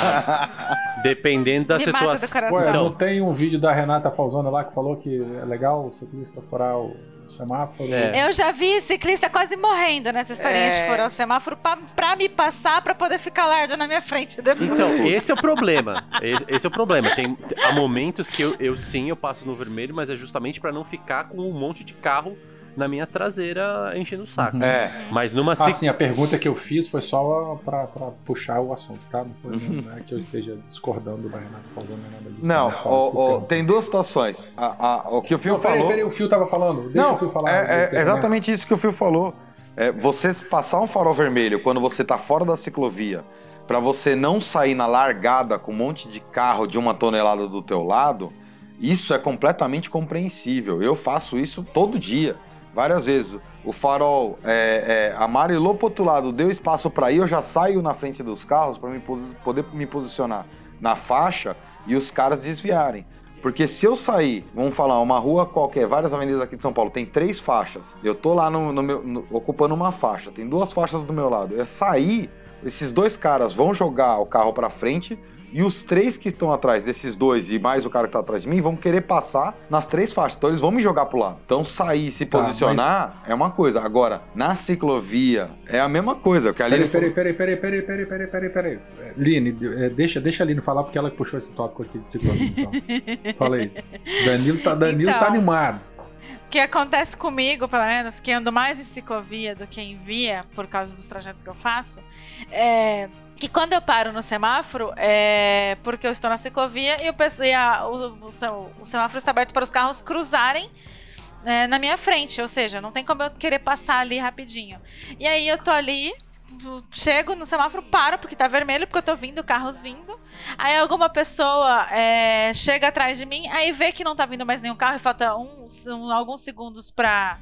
Ah, dependendo da Me situação. Ué, não tem um vídeo da Renata Falzona lá que falou que é legal o ciclista furar o semáforo? É. Eu já vi ciclista quase morrendo nessa historinha é. de furar o semáforo pra, pra me passar, pra poder ficar lardo na minha frente depois. Então, esse é o problema. Esse, esse é o problema. Tem, há momentos que eu, eu sim, eu passo no vermelho, mas é justamente pra não ficar com um monte de carro na minha traseira enchendo o saco. Uhum. É. Mas numa... Ah, sim, a pergunta que eu fiz foi só pra, pra puxar o assunto, tá? Não foi uhum. não é que eu esteja discordando da Renata falando nada disso. Não, o, o, tem duas situações. A, a, o que o Fio não, falou... Peraí, peraí, o Fio tava falando. Deixa não, o Fio falar. É, é exatamente isso que o Fio falou. É, você passar um farol vermelho quando você tá fora da ciclovia, pra você não sair na largada com um monte de carro de uma tonelada do teu lado, isso é completamente compreensível. Eu faço isso todo dia. Várias vezes. O farol é, é, amarelou pro outro lado, deu espaço para ir, eu já saio na frente dos carros para me poder me posicionar na faixa e os caras desviarem. Porque se eu sair, vamos falar, uma rua qualquer, várias avenidas aqui de São Paulo, tem três faixas. Eu tô lá no, no meu, no, ocupando uma faixa, tem duas faixas do meu lado. É sair, esses dois caras vão jogar o carro para frente. E os três que estão atrás desses dois e mais o cara que tá atrás de mim vão querer passar nas três faixas. Então eles vão me jogar pro lado. Então sair e se tá, posicionar mas... é uma coisa. Agora, na ciclovia é a mesma coisa. Que a Aline peraí, peraí, peraí, peraí, peraí, peraí, peraí, peraí. Line, deixa, deixa a Aline falar porque ela puxou esse tópico aqui de ciclovia. Então. Fala aí. Danilo tá, Danilo então, tá animado. O que acontece comigo, pelo menos, que ando mais em ciclovia do que em via, por causa dos trajetos que eu faço, é... que quando eu paro no semáforo, é porque eu estou na ciclovia e, eu penso, e a, o, o, o semáforo está aberto para os carros cruzarem é, na minha frente, ou seja, não tem como eu querer passar ali rapidinho. E aí eu tô ali, chego no semáforo, paro porque tá vermelho, porque eu tô vindo, carros vindo. Aí alguma pessoa é, chega atrás de mim, aí vê que não tá vindo mais nenhum carro e falta um, um, alguns segundos pra,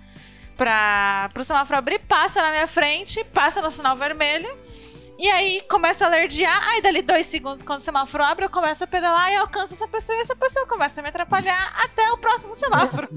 pra, pro semáforo abrir, passa na minha frente, passa no sinal vermelho. E aí começa a alerdear, aí dali dois segundos, quando o semáforo abre, eu começo a pedalar e eu alcanço essa pessoa e essa pessoa começa a me atrapalhar até o próximo semáforo.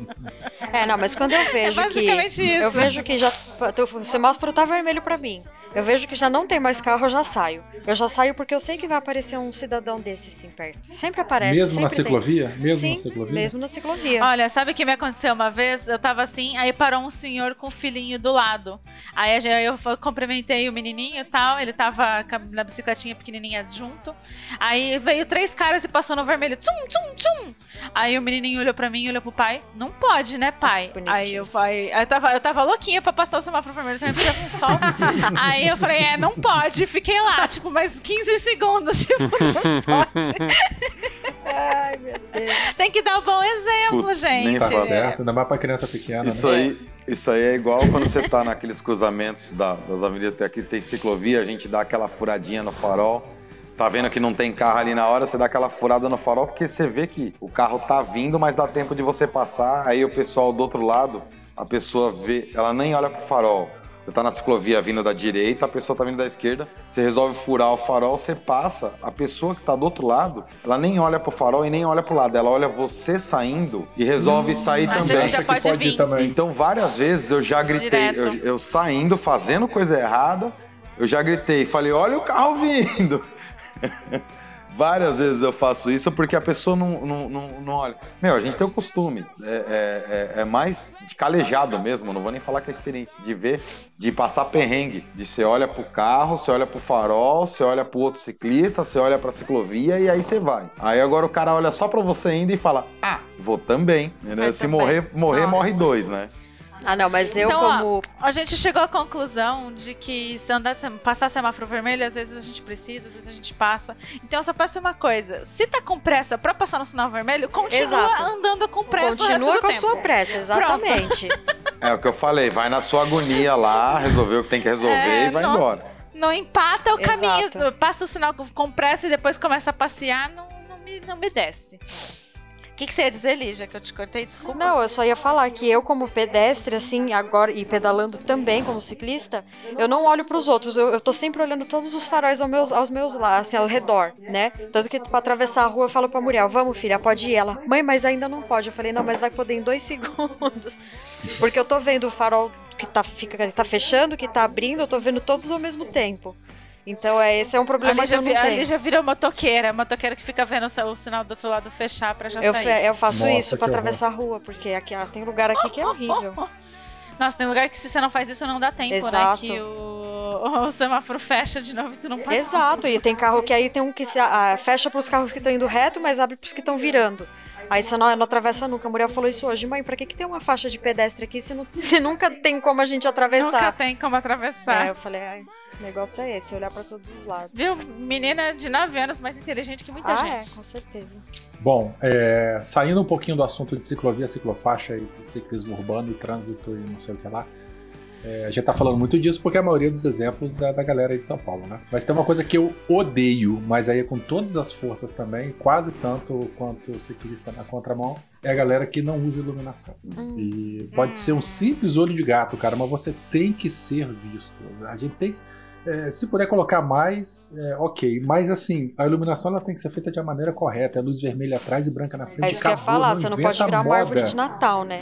É, não, mas quando eu vejo é que... Isso. Eu vejo que já... O semáforo tá vermelho pra mim. Eu vejo que já não tem mais carro, eu já saio. Eu já saio porque eu sei que vai aparecer um cidadão desse assim perto. Sempre aparece. Mesmo sempre na ciclovia? Tem. Mesmo Sim, na ciclovia? mesmo na ciclovia. Olha, sabe o que me aconteceu uma vez? Eu tava assim, aí parou um senhor com o filhinho do lado. Aí eu cumprimentei o menininho e tal, ele tava na bicicletinha pequenininha junto. Aí veio três caras e passou no vermelho. Tchum, tchum, tchum. Aí o menininho olhou pra mim, olhou pro pai. Não pode, né, pai? Bonitinho. Aí eu falei... Aí eu tava, eu tava louquinha pra passar o semáforo vermelho, também pegava um sol. Aí eu falei, é, não pode. Fiquei lá, tipo, mais quinze segundos. Tipo, não pode. Ai, meu Deus. Tem que dar um bom exemplo, Putz, gente. Tá certo, ainda mais pra criança pequena. Isso, né? aí, isso aí é igual quando você tá naqueles cruzamentos da, das avenidas que aqui tem ciclovia, a gente dá aquela furadinha no farol. Tá vendo que não tem carro ali na hora, você dá aquela furada no farol, porque você vê que o carro tá vindo, mas dá tempo de você passar. Aí o pessoal do outro lado, a pessoa vê, ela nem olha pro farol. Você tá na ciclovia vindo da direita, a pessoa tá vindo da esquerda, você resolve furar o farol, você passa, a pessoa que tá do outro lado, ela nem olha pro farol e nem olha pro lado, ela olha você saindo e resolve hum, sair também. Já pode pode vir. Também. Então, várias vezes eu já gritei, eu, eu saindo, fazendo coisa errada, eu já gritei, falei, olha o carro vindo. Várias vezes eu faço isso porque a pessoa não, não, não, não olha. Meu, a gente tem o costume, é, é, é mais de calejado mesmo, não vou nem falar que é experiência, de ver, de passar perrengue, de você olha pro carro, você olha pro farol, você olha pro outro ciclista, você olha pra ciclovia e aí você vai. Aí agora o cara olha só pra você ainda e fala, ah, vou também. Né? Se também. morrer, morrer morre dois, né? Ah, não, mas eu então, como... Ó, a gente chegou à conclusão de que se andar, passar semáforo vermelho, às vezes a gente precisa, às vezes a gente passa. Então, eu só peço uma coisa. Se tá com pressa pra passar no sinal vermelho, continua Exato. andando com pressa Continua o resto com do a tempo. sua pressa, exatamente. É o que eu falei, vai na sua agonia lá, resolver o que tem que resolver é, e vai não, embora. Não empata o Exato. caminho, passa o sinal com pressa e depois começa a passear, não, não, me, não me desce. O que, que você ia dizer, Lígia, que eu te cortei? Desculpa. Não, eu só ia falar que eu, como pedestre, assim, agora, e pedalando também como ciclista, eu não olho pros outros, eu, eu tô sempre olhando todos os faróis aos meus, aos meus lados, assim, ao redor, né? Tanto que pra atravessar a rua eu falo pra Muriel, vamos filha, pode ir. Ela, mãe, mas ainda não pode. Eu falei, não, mas vai poder em dois segundos. Porque eu tô vendo o farol que tá, fica, que tá fechando, que tá abrindo, eu tô vendo todos ao mesmo tempo. Então, é, esse é um problema que eu não tenho. Ali já virou motoqueira, motoqueira que fica vendo o sinal do outro lado fechar pra já eu sair. Fe, eu faço Nossa, isso pra horror. atravessar a rua, porque aqui, ó, tem lugar aqui que é horrível. Nossa, tem lugar que se você não faz isso não dá tempo, Exato. né? Que o, o semáforo fecha de novo e tu não passa. Exato, e tem carro que aí tem um que se, ah, fecha pros carros que estão indo reto, mas abre pros que estão virando. Aí você não, não atravessa nunca. A Muriel falou isso hoje. Mãe, pra que, que tem uma faixa de pedestre aqui se, não, se nunca tem como a gente atravessar? Nunca tem como atravessar. É, eu falei, ai, o negócio é esse, olhar pra todos os lados. Viu? Menina de nove anos, mais inteligente que muita ah, gente. É, com certeza. Bom, é, saindo um pouquinho do assunto de ciclovia, ciclofaixa e ciclismo urbano e trânsito e não sei o que lá, é, a gente tá falando muito disso porque a maioria dos exemplos é da galera aí de São Paulo, né? Mas tem uma coisa que eu odeio, mas aí é com todas as forças também, quase tanto quanto o ciclista na contramão, é a galera que não usa iluminação. Hum. E pode hum. ser um simples olho de gato, cara, mas você tem que ser visto. A gente tem que... É, se puder colocar mais, é, ok. Mas assim, a iluminação ela tem que ser feita de uma maneira correta. É luz vermelha atrás e branca na frente. É isso que eu ia falar, você não pode virar uma árvore de Natal, né?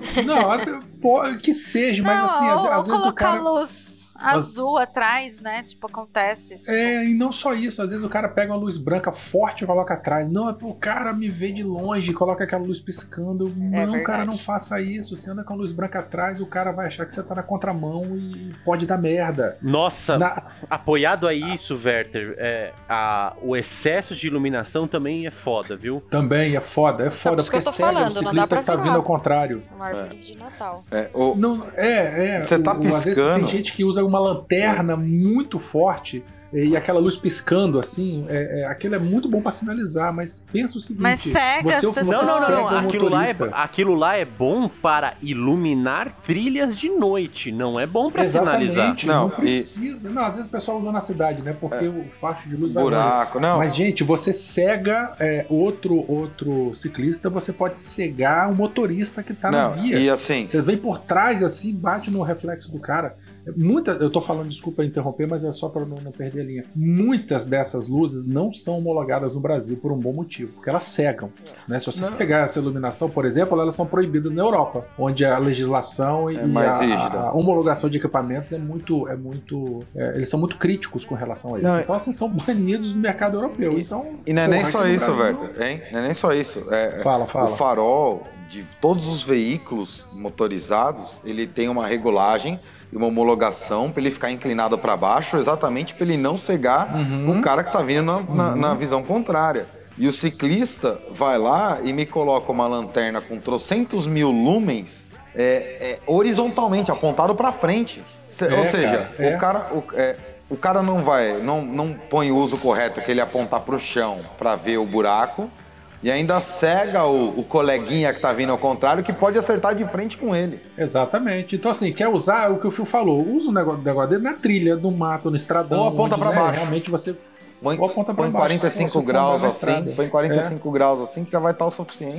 Não, que seja, mas não, assim, às, ou, às ou vezes o cara... luz azul mas... atrás, né? Tipo, acontece. Tipo... É, e não só isso. Às vezes o cara pega uma luz branca forte e coloca atrás. Não, o cara me vê de longe e coloca aquela luz piscando. É não, verdade. Cara, não faça isso. Você anda com a luz branca atrás, o cara vai achar que você tá na contramão e pode dar merda. Nossa, na... apoiado a isso, Werther, é, a, o excesso de iluminação também é foda, viu? Também é foda, é foda, porque cega falando, o ciclista que tá vindo ao contrário. Uma árvore é. de Natal. É, o... não, é, é. Você tá o, piscando. Às vezes tem gente que usa uma lanterna muito forte e aquela luz piscando assim, é, é, aquilo é muito bom pra sinalizar, mas pensa o seguinte, mas cega você, as pessoas. Não, não, não, não. Aquilo, lá é, motorista. aquilo lá é bom para iluminar trilhas de noite, não é bom pra Exatamente, sinalizar. Não, não precisa. E... Não, às vezes o pessoal usa na cidade, né? Porque é. o facho de luz vai buraco, não. Mas, gente, você cega é, outro, outro ciclista, você pode cegar o motorista que tá não, na via. E assim... Você vem por trás assim, bate no reflexo do cara. Muita, eu tô falando, desculpa interromper, mas é só para não, não perder a linha. Muitas dessas luzes não são homologadas no Brasil por um bom motivo, porque elas cegam. Né? Se você não. pegar essa iluminação, por exemplo, elas são proibidas na Europa, onde a legislação e é mais a, rígida. a homologação de equipamentos é muito, é muito, é, eles são muito críticos com relação a isso. Não, então, assim, são banidos no mercado europeu. E, então, e não é porra, nem só isso, Brasil... Werther, hein? Não é nem só isso. É, fala, fala. O farol de todos os veículos motorizados, ele tem uma regulagem e uma homologação para ele ficar inclinado para baixo, exatamente para ele não cegar uhum. o cara que está vindo na, uhum. na, na visão contrária. E o ciclista vai lá e me coloca uma lanterna com trocentos mil lumens é, é, horizontalmente, apontado para frente. Se, é, ou seja, cara, é. o cara... O, é, o cara não vai, não, não põe o uso correto, que ele apontar para o chão para ver o buraco, e ainda cega o, o coleguinha que tá vindo ao contrário, que pode acertar de frente com ele. Exatamente. Então, assim, quer usar o que o Phil falou, usa o negócio, negócio dele na trilha, no mato, no estradão. Ou aponta para né, baixo. Realmente você... Põe, põe quarenta e cinco graus assim, põe quarenta e cinco é. graus assim, que já vai estar o suficiente.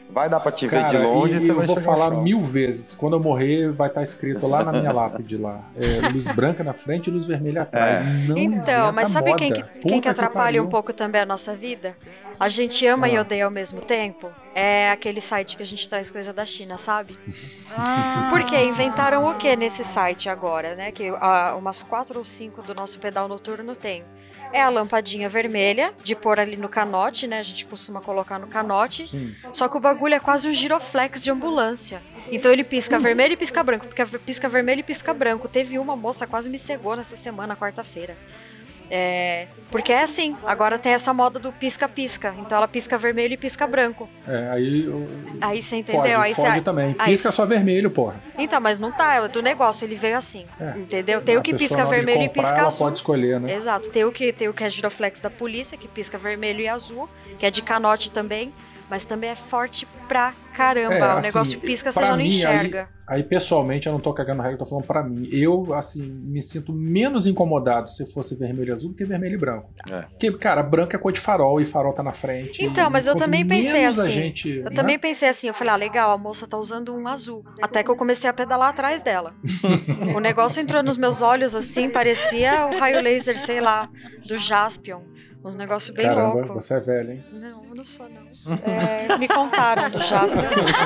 vai dar pra te ver Cara, de longe e e você eu vai vou chegar falar ao chão. mil vezes. Quando eu morrer, vai estar escrito lá na minha lápide lá. É, luz branca na frente e luz vermelha atrás. É. Não Então, mas sabe moda. quem que, Puta quem que atrapalha pariu. um pouco também a nossa vida? A gente ama Ah. e odeia ao mesmo tempo. É aquele site que a gente traz coisa da China, sabe? Ah. Porque inventaram o que nesse site agora, né? Que ah, umas quatro ou cinco do nosso pedal noturno tem. É a lampadinha vermelha, de pôr ali no canote, né? A gente costuma colocar no canote. Sim. Só que o bagulho é quase um giroflex de ambulância. Então ele pisca vermelho e pisca branco. Porque pisca vermelho e pisca branco. Teve uma moça quase me cegou nessa semana, quarta-feira. É, porque é assim, agora tem essa moda do pisca-pisca. Então ela pisca vermelho e pisca branco. É, aí... eu- Aí você entendeu? Fode, aí fode você... também. aí Pisca cê- só vermelho, porra. Então, mas não tá, é do negócio, ele veio assim. É. Entendeu? Tem A o que pessoa, pisca na hora de vermelho e comprar, pisca ela azul. pode escolher, né? Exato, tem o que, tem o que é giroflex da polícia, que pisca vermelho e azul, que é de canote também, mas também é forte pra caramba. É, o assim, negócio pisca, você pra já não mim, enxerga. Aí, aí, pessoalmente, eu não tô cagando regra, eu tô falando pra mim. Eu, assim, me sinto menos incomodado se fosse vermelho e azul do que vermelho e branco. É. Porque, cara, branco é cor de farol e farol tá na frente. Então, e mas eu quanto também pensei menos a assim. gente, Eu né? também pensei assim, eu falei, ah, legal, a moça tá usando um azul. Até que eu comecei a pedalar atrás dela. O negócio entrou nos meus olhos assim, parecia o raio laser, sei lá, do Jaspion. Uns negócios bem Caramba, loucos. você é velho, hein? Não, eu não sou, não. É, me contaram do Jaspion.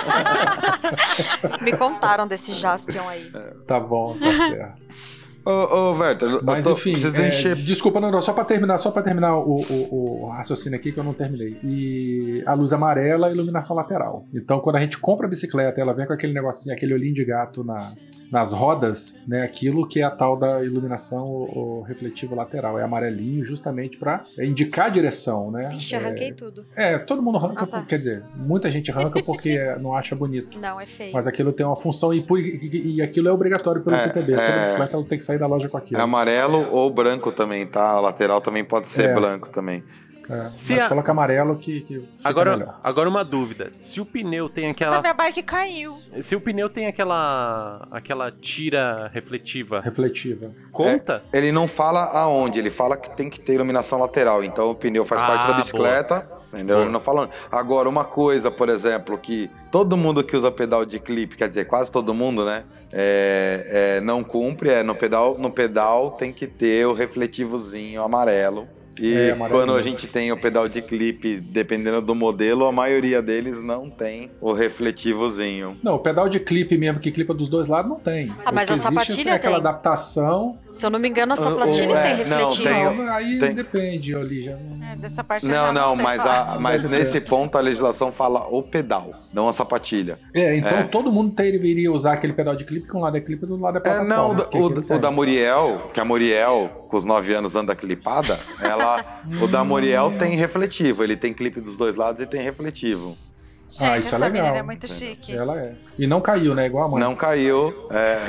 me contaram desse Jaspion aí. Tá bom, tá certo. Ô, ô Werther, eu Mas tô, enfim, preciso é, encher. desculpa, não, não, só pra terminar, só pra terminar o, o, o raciocínio aqui que eu não terminei. E a luz amarela e iluminação lateral. Então, quando a gente compra a bicicleta, ela vem com aquele negocinho, aquele olhinho de gato na, nas rodas, né? Aquilo que é a tal da iluminação o, o refletivo lateral. É amarelinho, justamente pra indicar a direção, né? Vixe, é, arranquei tudo. é, todo mundo arranca, Ah, tá. por- quer dizer, muita gente arranca porque não acha bonito. Não, é feio. Mas aquilo tem uma função e, por- e- e aquilo é obrigatório pelo É, C T B. Toda é. bicicleta ela tem que sair da loja com aquilo. É amarelo ou branco também, tá? A lateral também pode ser É. branco também. É, Se mas a- coloca amarelo que, que fica Agora, melhor. agora uma dúvida. Se o pneu tem A aquela. minha bike caiu. Se o pneu tem aquela. aquela tira refletiva, Refletiva. conta? Ele não fala aonde, ele fala que tem que ter iluminação lateral. Então o pneu faz Ah, parte da bicicleta. Entendeu? Boa. Ele não fala onde. Agora, uma coisa, por exemplo, que todo mundo que usa pedal de clipe, quer dizer, quase todo mundo, né? É, é, não cumpre, é no pedal, no pedal tem que ter o refletivozinho amarelo. E É, amarelinho. quando a gente tem o pedal de clipe, dependendo do modelo, a maioria deles não tem o refletivozinho. Não, o pedal de clipe mesmo, que clipa dos dois lados, não tem. Ah, mas O que a existe sapatilha é aquela tem. adaptação. Se eu não me engano, a O- sapatilha o- tem é, refletivo. não, tem. Não, aí tem. depende, ali já não... É, dessa parte eu já Não, não, sei mas, falar. a, mas Deve nesse ter. ponto a legislação fala o pedal, não a sapatilha. É, então É. todo mundo deveria usar aquele pedal de clipe que um lado é clipe e do lado é É, plataforma. não, o, da- porque o, aquele o tem. da Muriel, que a Muriel, com os nove anos, anda clipada, ela, o da Muriel tem refletivo, ele tem clipe dos dois lados e tem refletivo. Gente, Ah, isso é essa legal. menina é muito chique. Ela é. E não caiu, né? Igual a mãe. Não caiu. é,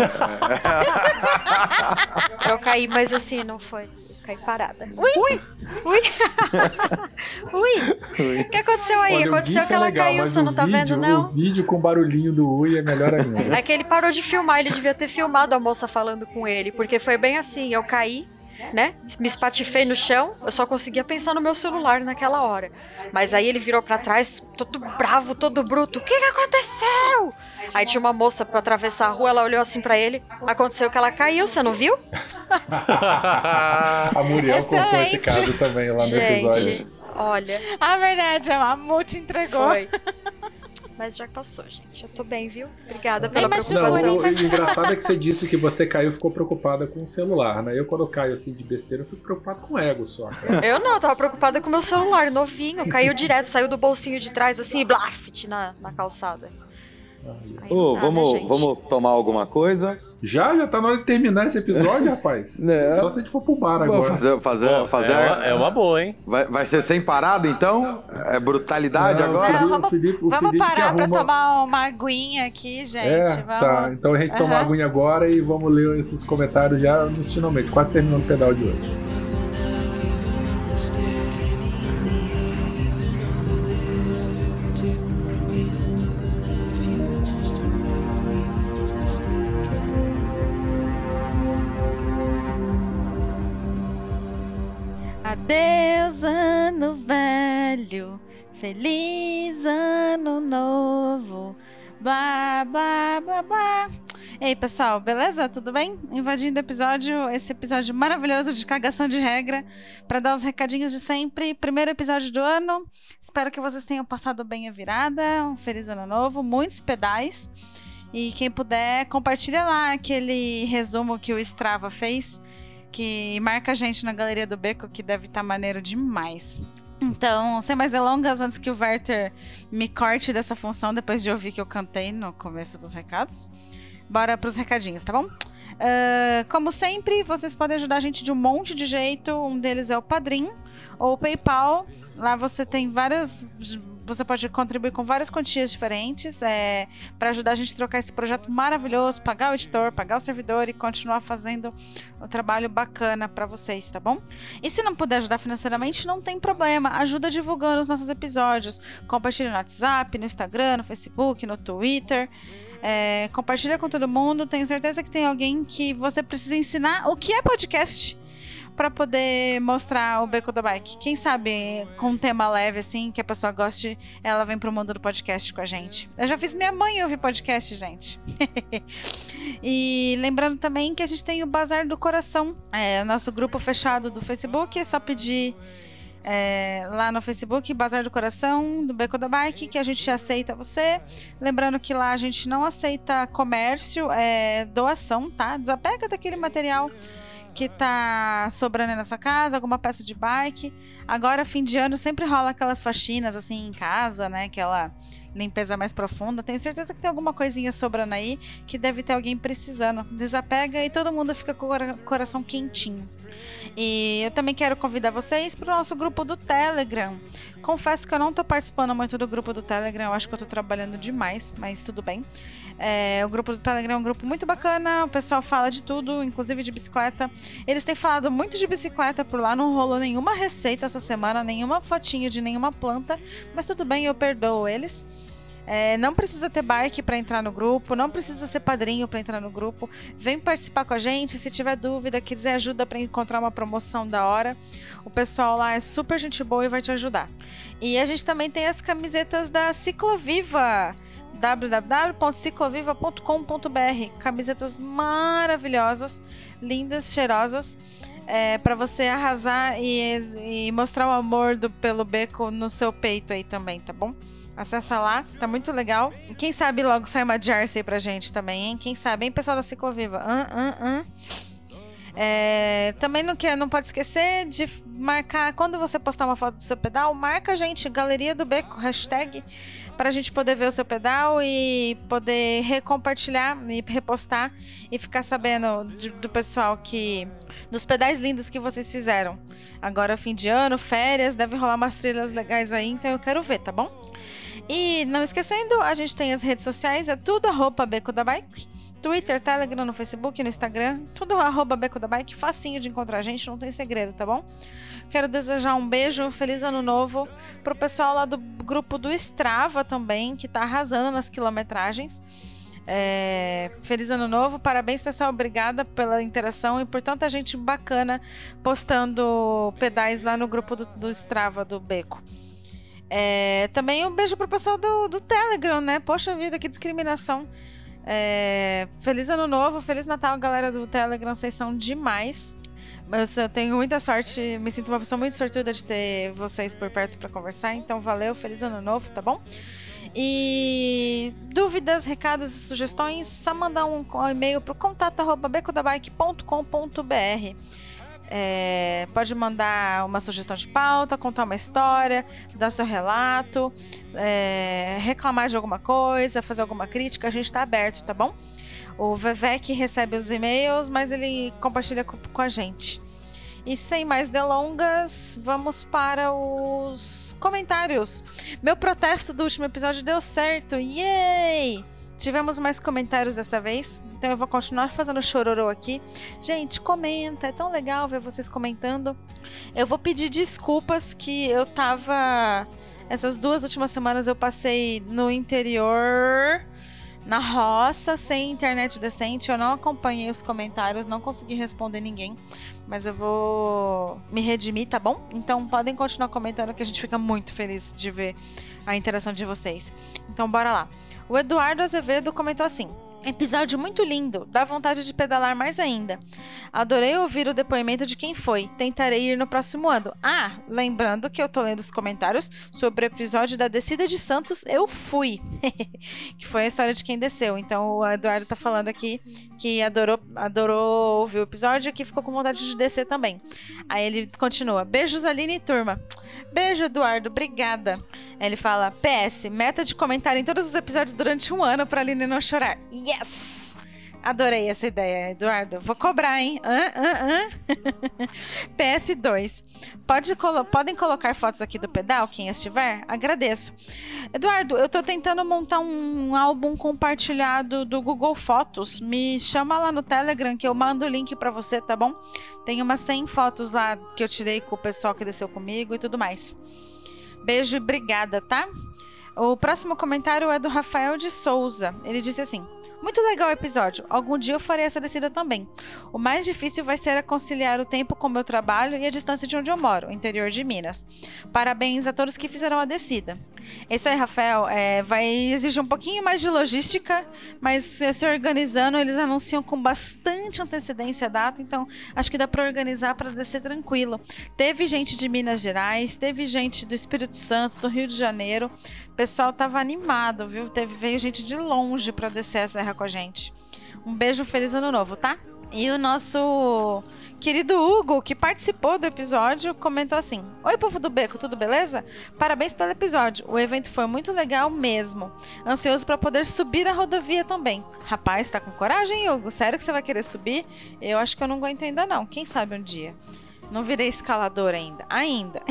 Eu caí, mas assim, não foi. Eu caí parada. Ui! Ui! Ui! Ui! O que aconteceu aí? Olha, o aconteceu GIF que é ela legal, caiu, mas você o não tá vídeo, vendo, não? O vídeo com o barulhinho do Ui é melhor ainda. É que ele parou de filmar, ele devia ter filmado a moça falando com ele, porque foi bem assim, eu caí, né, me espatifei no chão, eu só conseguia pensar no meu celular naquela hora. Mas aí ele virou pra trás, todo bravo, todo bruto, o que que aconteceu? Aí tinha uma moça pra atravessar a rua, ela olhou assim pra ele, aconteceu que ela caiu, você não viu? A Muriel contou esse Excelente. caso também lá no episódio. Gente, olha, Ah, verdade, a Mamute entregou. foi. Mas já passou, gente, eu tô bem, viu? Obrigada pela mas Não, preocupação. o, o engraçado é que você disse que você caiu e ficou preocupada com o celular, né? Eu, quando eu caio assim de besteira, eu fico preocupado com o ego só. Cara. Eu não, eu tava preocupada com o meu celular, novinho, caiu direto, saiu do bolsinho de trás assim e blaft na, na calçada. Aí Ô, não dá, vamos, né, gente? vamos tomar alguma coisa? Já? Já tá na hora de terminar esse episódio, rapaz? Né? Só se a gente for pro bar Vamos agora. fazer, fazer, Pô, fazer. é, uma, é uma boa, hein? Vai, vai ser sem parada, então? É brutalidade Não, agora? O Felipe, Vamos- o Felipe, o Vamos Felipe que parar pra arruma... tomar uma aguinha aqui, gente. É, vamos. tá. Então a gente toma Aham. aguinha agora e vamos ler esses comentários já nos finalmente, quase terminando o pedal de hoje. Adeus, ano velho. Feliz ano novo. Blá, blá, blá, blá. E aí, pessoal, beleza? Tudo bem? Invadindo o episódio, esse episódio maravilhoso de cagação de regra, para dar os recadinhos de sempre. Primeiro episódio do ano. Espero que vocês tenham passado bem a virada. Um feliz ano novo, muitos pedais. E quem puder, compartilha lá aquele resumo que o Strava fez, que marca a gente na Galeria do Beco, que deve estar maneiro demais. Então, sem mais delongas, antes que o Werther me corte dessa função, depois de ouvir que eu cantei no começo dos recados, bora pros recadinhos, tá bom? Uh, como sempre, vocês podem ajudar a gente de um monte de jeito. Um deles é o Padrim ou o PayPal. Lá você tem várias... Você pode contribuir com várias quantias diferentes é, para ajudar a gente a trocar esse projeto maravilhoso, pagar o editor, pagar o servidor e continuar fazendo um trabalho bacana para vocês, tá bom? E se não puder ajudar financeiramente, não tem problema. Ajuda divulgando os nossos episódios. Compartilha no WhatsApp, no Instagram, no Facebook, no Twitter. É, compartilha com todo mundo. Tenho certeza que tem alguém que você precisa ensinar o que é podcast para poder mostrar o Beco da Bike. Quem sabe com um tema leve assim, que a pessoa goste, ela vem pro mundo do podcast com a gente. Eu já fiz minha mãe ouvir podcast, gente. E lembrando também que a gente tem o Bazar do Coração, é o nosso grupo fechado do Facebook. É só pedir é, lá no Facebook, Bazar do Coração do Beco da Bike, que a gente aceita você. Lembrando que lá a gente não aceita comércio, é doação, tá? Desapega daquele material que tá sobrando na sua casa, alguma peça de bike. Agora, fim de ano, sempre rola aquelas faxinas assim em casa, né? Aquela limpeza mais profunda. Tenho certeza que tem alguma coisinha sobrando aí que deve ter alguém precisando. Desapega e todo mundo fica com o coração quentinho. E eu também quero convidar vocês para o nosso grupo do Telegram. Confesso que eu não tô participando muito do grupo do Telegram, eu acho que eu tô trabalhando demais, mas tudo bem. É, o grupo do Telegram é um grupo muito bacana, o pessoal fala de tudo, inclusive de bicicleta. Eles têm falado muito de bicicleta por lá, não rolou nenhuma receita essa semana, nenhuma fotinha de nenhuma planta, mas tudo bem, eu perdoo eles. É, não precisa ter bike para entrar no grupo, não precisa ser padrinho para entrar no grupo. Vem participar com a gente. Se tiver dúvida, quiser ajuda para encontrar uma promoção da hora, o pessoal lá é super gente boa e vai te ajudar. E a gente também tem as camisetas da Cicloviva, w w w ponto cicloviva ponto com ponto b r. Camisetas maravilhosas, lindas, cheirosas, é, para você arrasar e, e mostrar o amor do Pelo Beco no seu peito aí também, tá bom? Acessa lá, tá muito legal. Quem sabe logo sai uma jersey aí pra gente também, hein? Quem sabe, hein, pessoal da Cicloviva? Hum, hum, hum. É, também não, quer, não pode esquecer de marcar, quando você postar uma foto do seu pedal, marca a gente, Galeria do Beco, hashtag, pra gente poder ver o seu pedal e poder recompartilhar e repostar e ficar sabendo de, do pessoal que... dos pedais lindos que vocês fizeram. Agora, fim de ano, férias, deve rolar umas trilhas legais aí, então eu quero ver, tá bom? E não esquecendo, a gente tem as redes sociais, é tudo arroba Beco da Bike. Twitter, Telegram, no Facebook, no Instagram, tudo arroba Beco da Bike, facinho de encontrar a gente, não tem segredo, tá bom? Quero desejar um beijo, um feliz ano novo pro pessoal lá do grupo do Strava também, que tá arrasando nas quilometragens. É, feliz ano novo, parabéns pessoal, obrigada pela interação e por tanta gente bacana postando pedais lá no grupo do, do Strava do Beco. É, também um beijo pro pessoal do, do Telegram, né? Poxa vida, que discriminação. É, feliz ano novo, feliz Natal, galera do Telegram, vocês são demais. Eu tenho muita sorte, me sinto uma pessoa muito sortuda de ter vocês por perto para conversar, então valeu, feliz ano novo, tá bom? E dúvidas, recados e sugestões, só mandar um e-mail pro contato arroba beco da bike ponto com ponto b r. É, pode mandar uma sugestão de pauta, contar uma história, dar seu relato, é, reclamar de alguma coisa, fazer alguma crítica, a gente está aberto, tá bom? O Vevec recebe os e-mails, mas ele compartilha com, com a gente. E sem mais delongas, vamos para os comentários. Meu protesto do último episódio deu certo, yay! Tivemos mais comentários dessa vez, então eu vou continuar fazendo chororô aqui. Gente, comenta, é tão legal ver vocês comentando. Eu vou pedir desculpas que eu tava... Essas duas últimas semanas eu passei no interior na roça, sem internet decente. Eu não acompanhei os comentários, não consegui responder ninguém, mas eu vou me redimir, tá bom? Então podem continuar comentando, que a gente fica muito feliz de ver a interação de vocês. Então bora lá. O Eduardo Azevedo comentou assim: episódio muito lindo, dá vontade de pedalar mais ainda. Adorei ouvir o depoimento de quem foi. Tentarei ir no próximo ano. Ah, lembrando que eu tô lendo os comentários sobre o episódio da descida de Santos, eu fui. Que foi a história de quem desceu. Então o Eduardo tá falando aqui que adorou, adorou ouvir o episódio e que ficou com vontade de descer também. Aí ele continua: beijos, Aline e turma. Beijo, Eduardo, obrigada. Aí ele fala: P S, meta de comentar em todos os episódios durante um ano pra Aline não chorar. Yes! Adorei essa ideia, Eduardo. Vou cobrar, hein? Ah, ah, ah. P S dois. Pode colo- podem colocar fotos aqui do pedal, quem estiver? Agradeço. Eduardo, eu tô tentando montar um álbum compartilhado do Google Fotos. Me chama lá no Telegram que eu mando o link pra você, tá bom? Tem umas cem fotos lá que eu tirei com o pessoal que desceu comigo e tudo mais. Beijo e obrigada, tá? O próximo comentário é do Rafael de Souza. Ele disse assim: muito legal o episódio. Algum dia eu farei essa descida também. O mais difícil vai ser a conciliar o tempo com o meu trabalho e a distância de onde eu moro, o interior de Minas. Parabéns a todos que fizeram a descida. É isso aí, Rafael. É, vai exigir um pouquinho mais de logística, mas se organizando, eles anunciam com bastante antecedência a data, então acho que dá para organizar para descer tranquilo. Teve gente de Minas Gerais, teve gente do Espírito Santo, do Rio de Janeiro. O pessoal tava animado, viu? Teve, veio gente de longe para descer a serra com a gente. Um beijo, feliz ano novo, tá? E o nosso querido Hugo, que participou do episódio, comentou assim: oi, povo do Beco, tudo beleza? Parabéns pelo episódio, o evento foi muito legal mesmo. Ansioso para poder subir a rodovia também. Rapaz, tá com coragem, Hugo? Sério que você vai querer subir? Eu acho que eu não aguento ainda não, quem sabe um dia. Não virei escalador ainda. Ainda.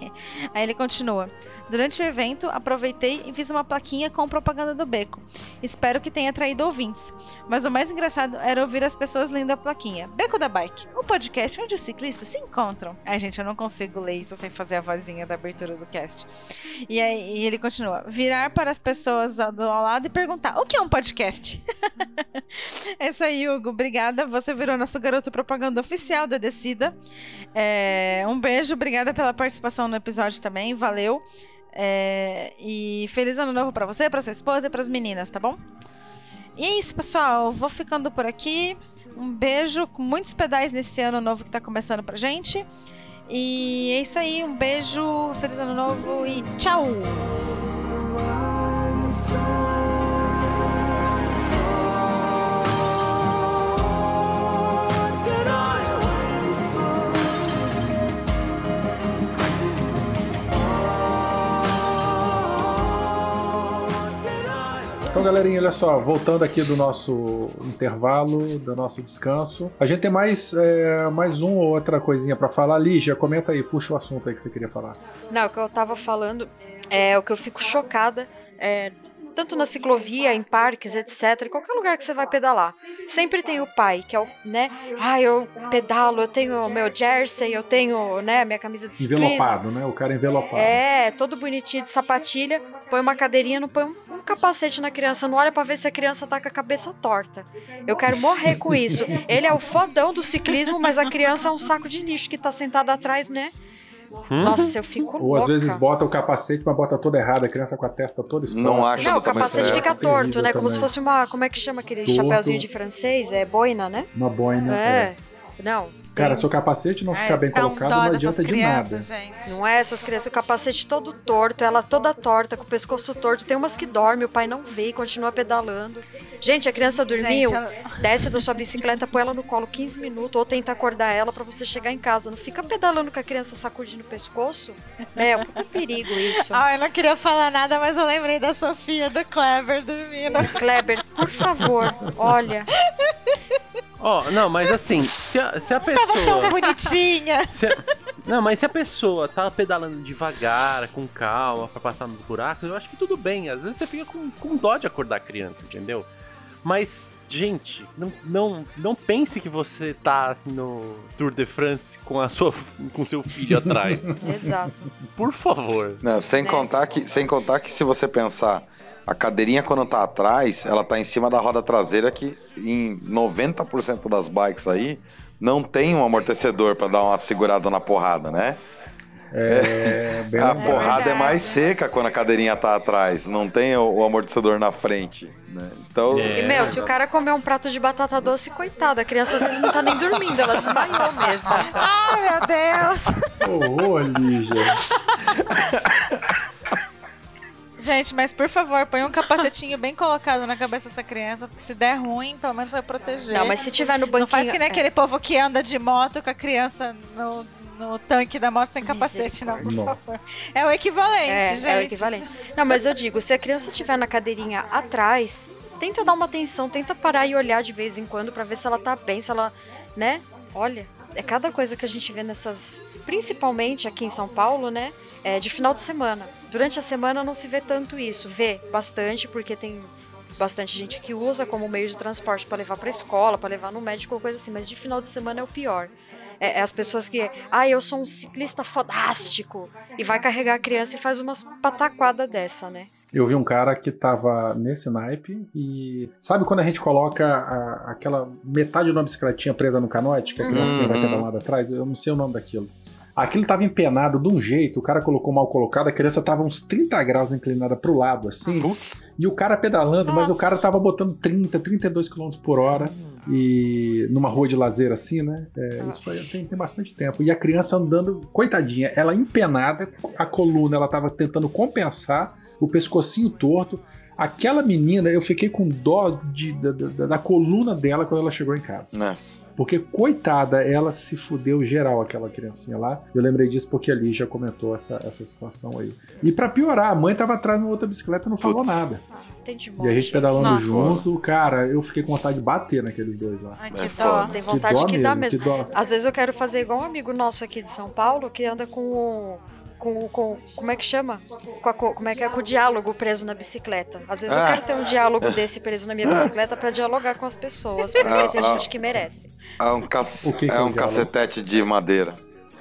Aí ele continua: durante o evento, aproveitei e fiz uma plaquinha com propaganda do Beco. Espero que tenha atraído ouvintes. Mas o mais engraçado era ouvir as pessoas lendo a plaquinha. Beco da Bike, um podcast onde os ciclistas se encontram. Ai, gente, eu não consigo ler isso sem fazer a vozinha da abertura do cast. E aí e ele continua: virar para as pessoas do ao lado e perguntar: o que é um podcast? É isso aí, Hugo. Obrigada. Você virou nosso garoto propaganda oficial da descida. É, um beijo. Obrigada pela participação no episódio também. Valeu. É, e feliz ano novo pra você, pra sua esposa e pras meninas, tá bom? E é isso, pessoal, vou ficando por aqui. Um beijo, com muitos pedais nesse ano novo que tá começando pra gente. E é isso aí, um beijo, feliz ano novo e tchau! Então, galerinha, olha só, voltando aqui do nosso intervalo, do nosso descanso, a gente tem mais, é, mais uma ou outra coisinha pra falar. Lígia, comenta aí, puxa o assunto aí que você queria falar. Não, o que eu tava falando é o que eu fico chocada, é, tanto na ciclovia, em parques, etcétera, em qualquer lugar que você vai pedalar. Sempre tem o pai, que é o, né, ah, eu pedalo, eu tenho meu jersey, eu tenho, né, minha camisa de ciclismo. Envelopado, né, o cara envelopado. É, todo bonitinho de sapatilha, põe uma cadeirinha, não põe um, um capacete na criança, não olha pra ver se a criança tá com a cabeça torta. Eu quero morrer com isso. Ele é o fodão do ciclismo, mas a criança é um saco de lixo que tá sentada atrás, né? Hum? Nossa, eu fico louca. Ou às vezes bota o capacete, mas bota toda errada, a criança com a testa toda exposta. Não acho. Não, o capacete certo. fica torto, né? Como também. se fosse uma, como é que chama aquele Torto. chapéuzinho de francês? É boina, né? Uma boina. É, é. não. Cara, se o capacete não ficar Ai, bem dá um colocado, dó não dessas adianta de crianças, nada. gente. Não é essas crianças, o capacete todo torto, ela toda torta, com o pescoço torto. Tem umas que dormem, o pai não vê e continua pedalando. Gente, a criança dormiu, Gente, ela- desce da sua bicicleta, põe ela no colo quinze minutos ou tenta acordar ela pra você chegar em casa. Não fica pedalando com a criança sacudindo o pescoço. É, um puta perigo isso. Ah, eu não queria falar nada, mas eu lembrei da Sofia, do Kleber, dormindo. Kleber, por favor, olha. Ó, oh, não, mas assim, se a, se a Tava pessoa... tão bonitinha. Se a- não, mas se a pessoa tá pedalando devagar, com calma, pra passar nos buracos, eu acho que tudo bem. Às vezes você fica com, com dó de acordar a criança, entendeu? Mas, gente, não, não, não pense que você tá no Tour de France com a sua, com seu filho atrás. Exato. Por favor. Não, sem, Né? contar que, sem contar que se você pensar A cadeirinha, quando tá atrás, ela tá em cima da roda traseira, que em noventa por cento das bikes aí não tem um amortecedor pra dar uma segurada na porrada, né? É, bem a legal. porrada É é mais seca quando a cadeirinha tá atrás, não tem o, o amortecedor na frente, né? Então, E, meu, se o cara comer um prato de batata doce, coitada, a criança às vezes não tá nem dormindo, ela desmaiou mesmo. Ai, meu Deus. Ô, ô, Lígia. Gente, mas por favor, põe um capacetinho bem colocado na cabeça dessa criança, porque se der ruim, pelo menos vai proteger. Não, mas se tiver no banquinho... Não faz que nem é. aquele povo que anda de moto com a criança no, no tanque da moto sem capacete, não, por Não. favor. É o equivalente, É, gente. é o equivalente. Não, mas eu digo, se a criança estiver na cadeirinha atrás, tenta dar uma atenção, tenta parar e olhar de vez em quando pra ver se ela tá bem, se ela, né? Olha, é cada coisa que a gente vê nessas... Principalmente aqui em São Paulo, né? É de final de semana. Durante a semana não se vê tanto isso. Vê bastante, porque tem bastante gente que usa como meio de transporte pra levar pra escola, pra levar no médico ou coisa assim. Mas de final de semana é o pior. É, é as pessoas que... Ah, eu sou um ciclista fodástico. E vai carregar a criança e faz umas pataquadas dessa, né? Eu vi um cara que tava nesse naipe e... Sabe quando a gente coloca a- aquela metade de uma bicicletinha presa no canote, que a criancinha vai pedalando atrás? Eu não sei o nome daquilo. Aquilo tava empenado de um jeito, o cara colocou mal colocado, a criança tava uns trinta graus inclinada pro lado, assim, putz, e o cara pedalando, mas Nossa. o cara tava botando trinta, trinta e dois quilômetros por hora, e numa rua de lazer assim, né? É, isso foi, tem, tem bastante tempo. E a criança andando, coitadinha, ela empenada, a coluna ela tava tentando compensar, o pescocinho torto. Aquela menina, eu fiquei com dó de, da, da, da coluna dela quando ela chegou em casa. nossa. Porque, coitada, ela se fudeu geral, aquela criancinha lá. Eu lembrei disso porque ali já comentou essa, essa situação aí. E pra piorar, a mãe tava atrás numa outra bicicleta e não falou Putz. nada. Tem de E a gente pedalando Nossa. junto, cara, eu fiquei com vontade de bater naqueles dois lá. Ai, É que dó. foda. Tem vontade dó que, dá mesmo, mesmo. que dó. Às vezes eu quero fazer igual um amigo nosso aqui de São Paulo, que anda com o... Com, com, como é que chama? Com a, co- como é que é? Com o diálogo preso na bicicleta. Às vezes eu Ah. quero ter um diálogo desse preso na minha bicicleta pra dialogar com as pessoas, porque Ah, tem ah. gente que merece. É um, cac... O que que é é o um diálogo? cacetete de madeira.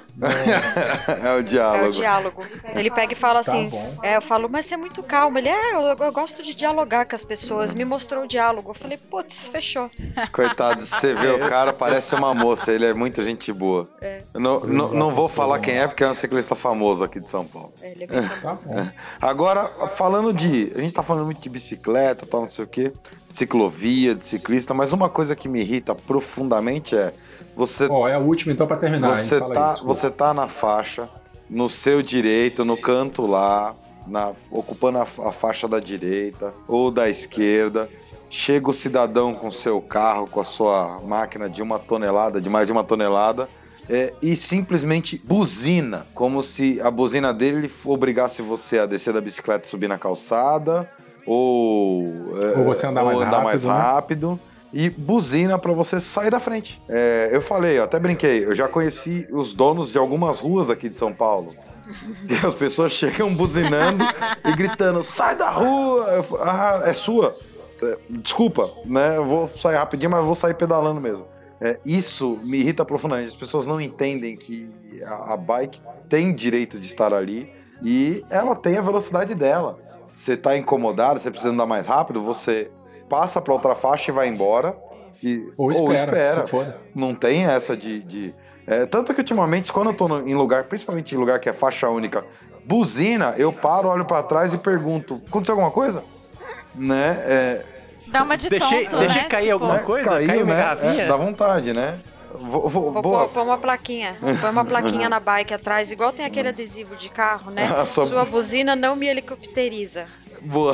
É o É diálogo. o diálogo. Ele pega e fala Tá assim, bom. é, eu falo, mas você é muito calmo. Ele, é, eu, eu gosto de dialogar com as pessoas. Me mostrou o diálogo. Eu falei, putz, fechou. Coitado, você vê o cara, parece uma moça, ele é muito gente boa. É. Eu não, não, não vou falar quem é, porque é um ciclista famoso aqui de São Paulo. É, ele é bem Tá bom. Agora, falando de... A gente tá falando muito de bicicleta, tal, não sei o quê, ciclovia, de ciclista, mas uma coisa que me irrita profundamente é... Você, Ó, é a última então pra terminar. você, hein? Fala tá, aí, desculpa. você tá na faixa, no seu direito, no canto lá, na, ocupando a, a faixa da direita ou da esquerda. Chega o cidadão com seu carro, com a sua máquina de uma tonelada, de mais de uma tonelada, é, e simplesmente buzina, como se a buzina dele obrigasse você a descer da bicicleta e subir na calçada, ou, é, Ou você andar mais andar mais rápido, né? rápido, e buzina pra você sair da frente. É, eu falei, eu até brinquei, eu já conheci os donos de algumas ruas aqui de São Paulo. E as pessoas chegam buzinando e gritando, sai da rua! Eu falo, ah, é sua? É, desculpa, né? Eu vou sair rapidinho, mas eu vou sair pedalando mesmo. É, isso me irrita profundamente. As pessoas não entendem que a, a bike tem direito de estar ali e ela tem a velocidade dela. Você tá incomodado, você precisa andar mais rápido, você passa pra outra faixa e vai embora. E, Ou espera, se foda. Não tem essa de... de é, tanto que ultimamente, quando eu tô no, em lugar, principalmente em lugar que é faixa única, buzina, eu paro, olho pra trás e pergunto, aconteceu alguma coisa? Né? É, Dá uma de Deixei, tonto, deixei né? cair Tipo, alguma né? coisa? Caiu, Caiu minha né? garrafinha? É, dá vontade, né? Vou, vou, Vou boa. pôr, pôr uma plaquinha. Põe uma plaquinha na bike atrás, igual tem aquele adesivo de carro, né? A sua- Sua buzina não me helicopteriza. Boa.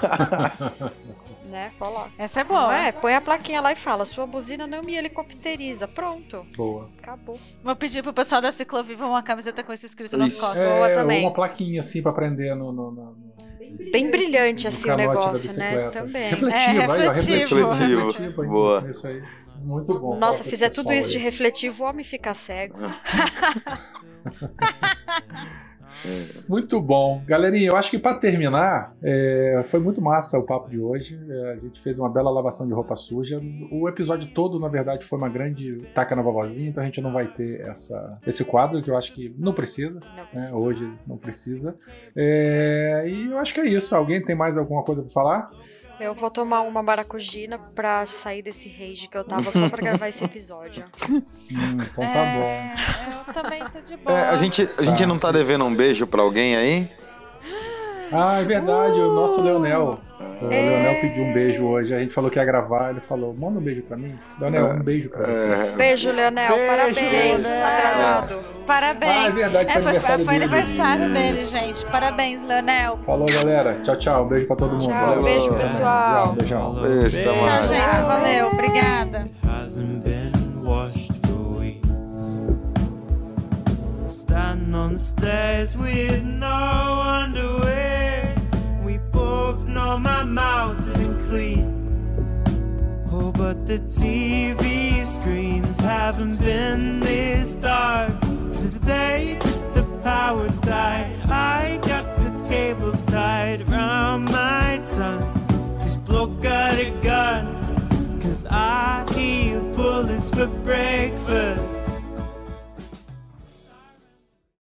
Né? Coloca. Essa é Não boa. é? Põe a plaquinha lá e fala, sua buzina não me helicopteriza. Pronto. Boa. Acabou. Vou pedir pro pessoal da Cicloviva uma camiseta com isso escrito nas Isso. costas. Boa É, também. uma plaquinha assim pra prender no, no, no, no Bem brilhante assim o canote da negócio, né? bicicleta. Também. Refletivo, É, aí, ó, refletivo. refletivo. Refletivo. hein? Boa. É isso aí. Muito bom. Fala Nossa, pra fizer esse tudo pessoal isso de aí. refletivo, o homem fica cego. Muito bom. Galerinha, eu acho que para terminar, é, foi muito massa o papo de hoje. É, a gente fez uma bela lavação de roupa suja. O episódio todo, na verdade, foi uma grande taca na vovozinha, então a gente não vai ter essa, esse quadro, que eu acho que não precisa. Não precisa. Né? Hoje não precisa. É, e eu acho que é isso. Alguém tem mais alguma coisa para falar? Eu vou tomar uma maracujina pra sair desse rage que eu tava só pra gravar esse episódio. Hum, então tá é, bom. Eu também tô de boa. É, a gente, a gente Tá. não tá devendo um beijo pra alguém aí? Ah, é verdade, o nosso Leonel. O É. Leonel pediu um beijo hoje. A gente falou que ia gravar, ele falou: manda um beijo pra mim. Leonel, um beijo pra você. É, Beijo, Leonel. Beijo, Parabéns. Leonel. Atrasado. Parabéns. Ah, é verdade, foi É, foi, aniversário foi dele. aniversário dele, gente. Parabéns, Leonel. Falou, galera. Tchau, tau. Um beijo pra todo mundo. Tchau, Valeu. beijo, pessoal. Beijão. beijo, até Tchau, mais. gente. Valeu. Obrigada. hasn't been washed for weeks. Standing on the stairs with no underwear. We both know my mouth isn't clean. Oh, but the T V screens haven't been this dark since the day that the power died. I got the cables tied around my tongue. This bloke got a gun, 'cause I eat bullets for breakfast.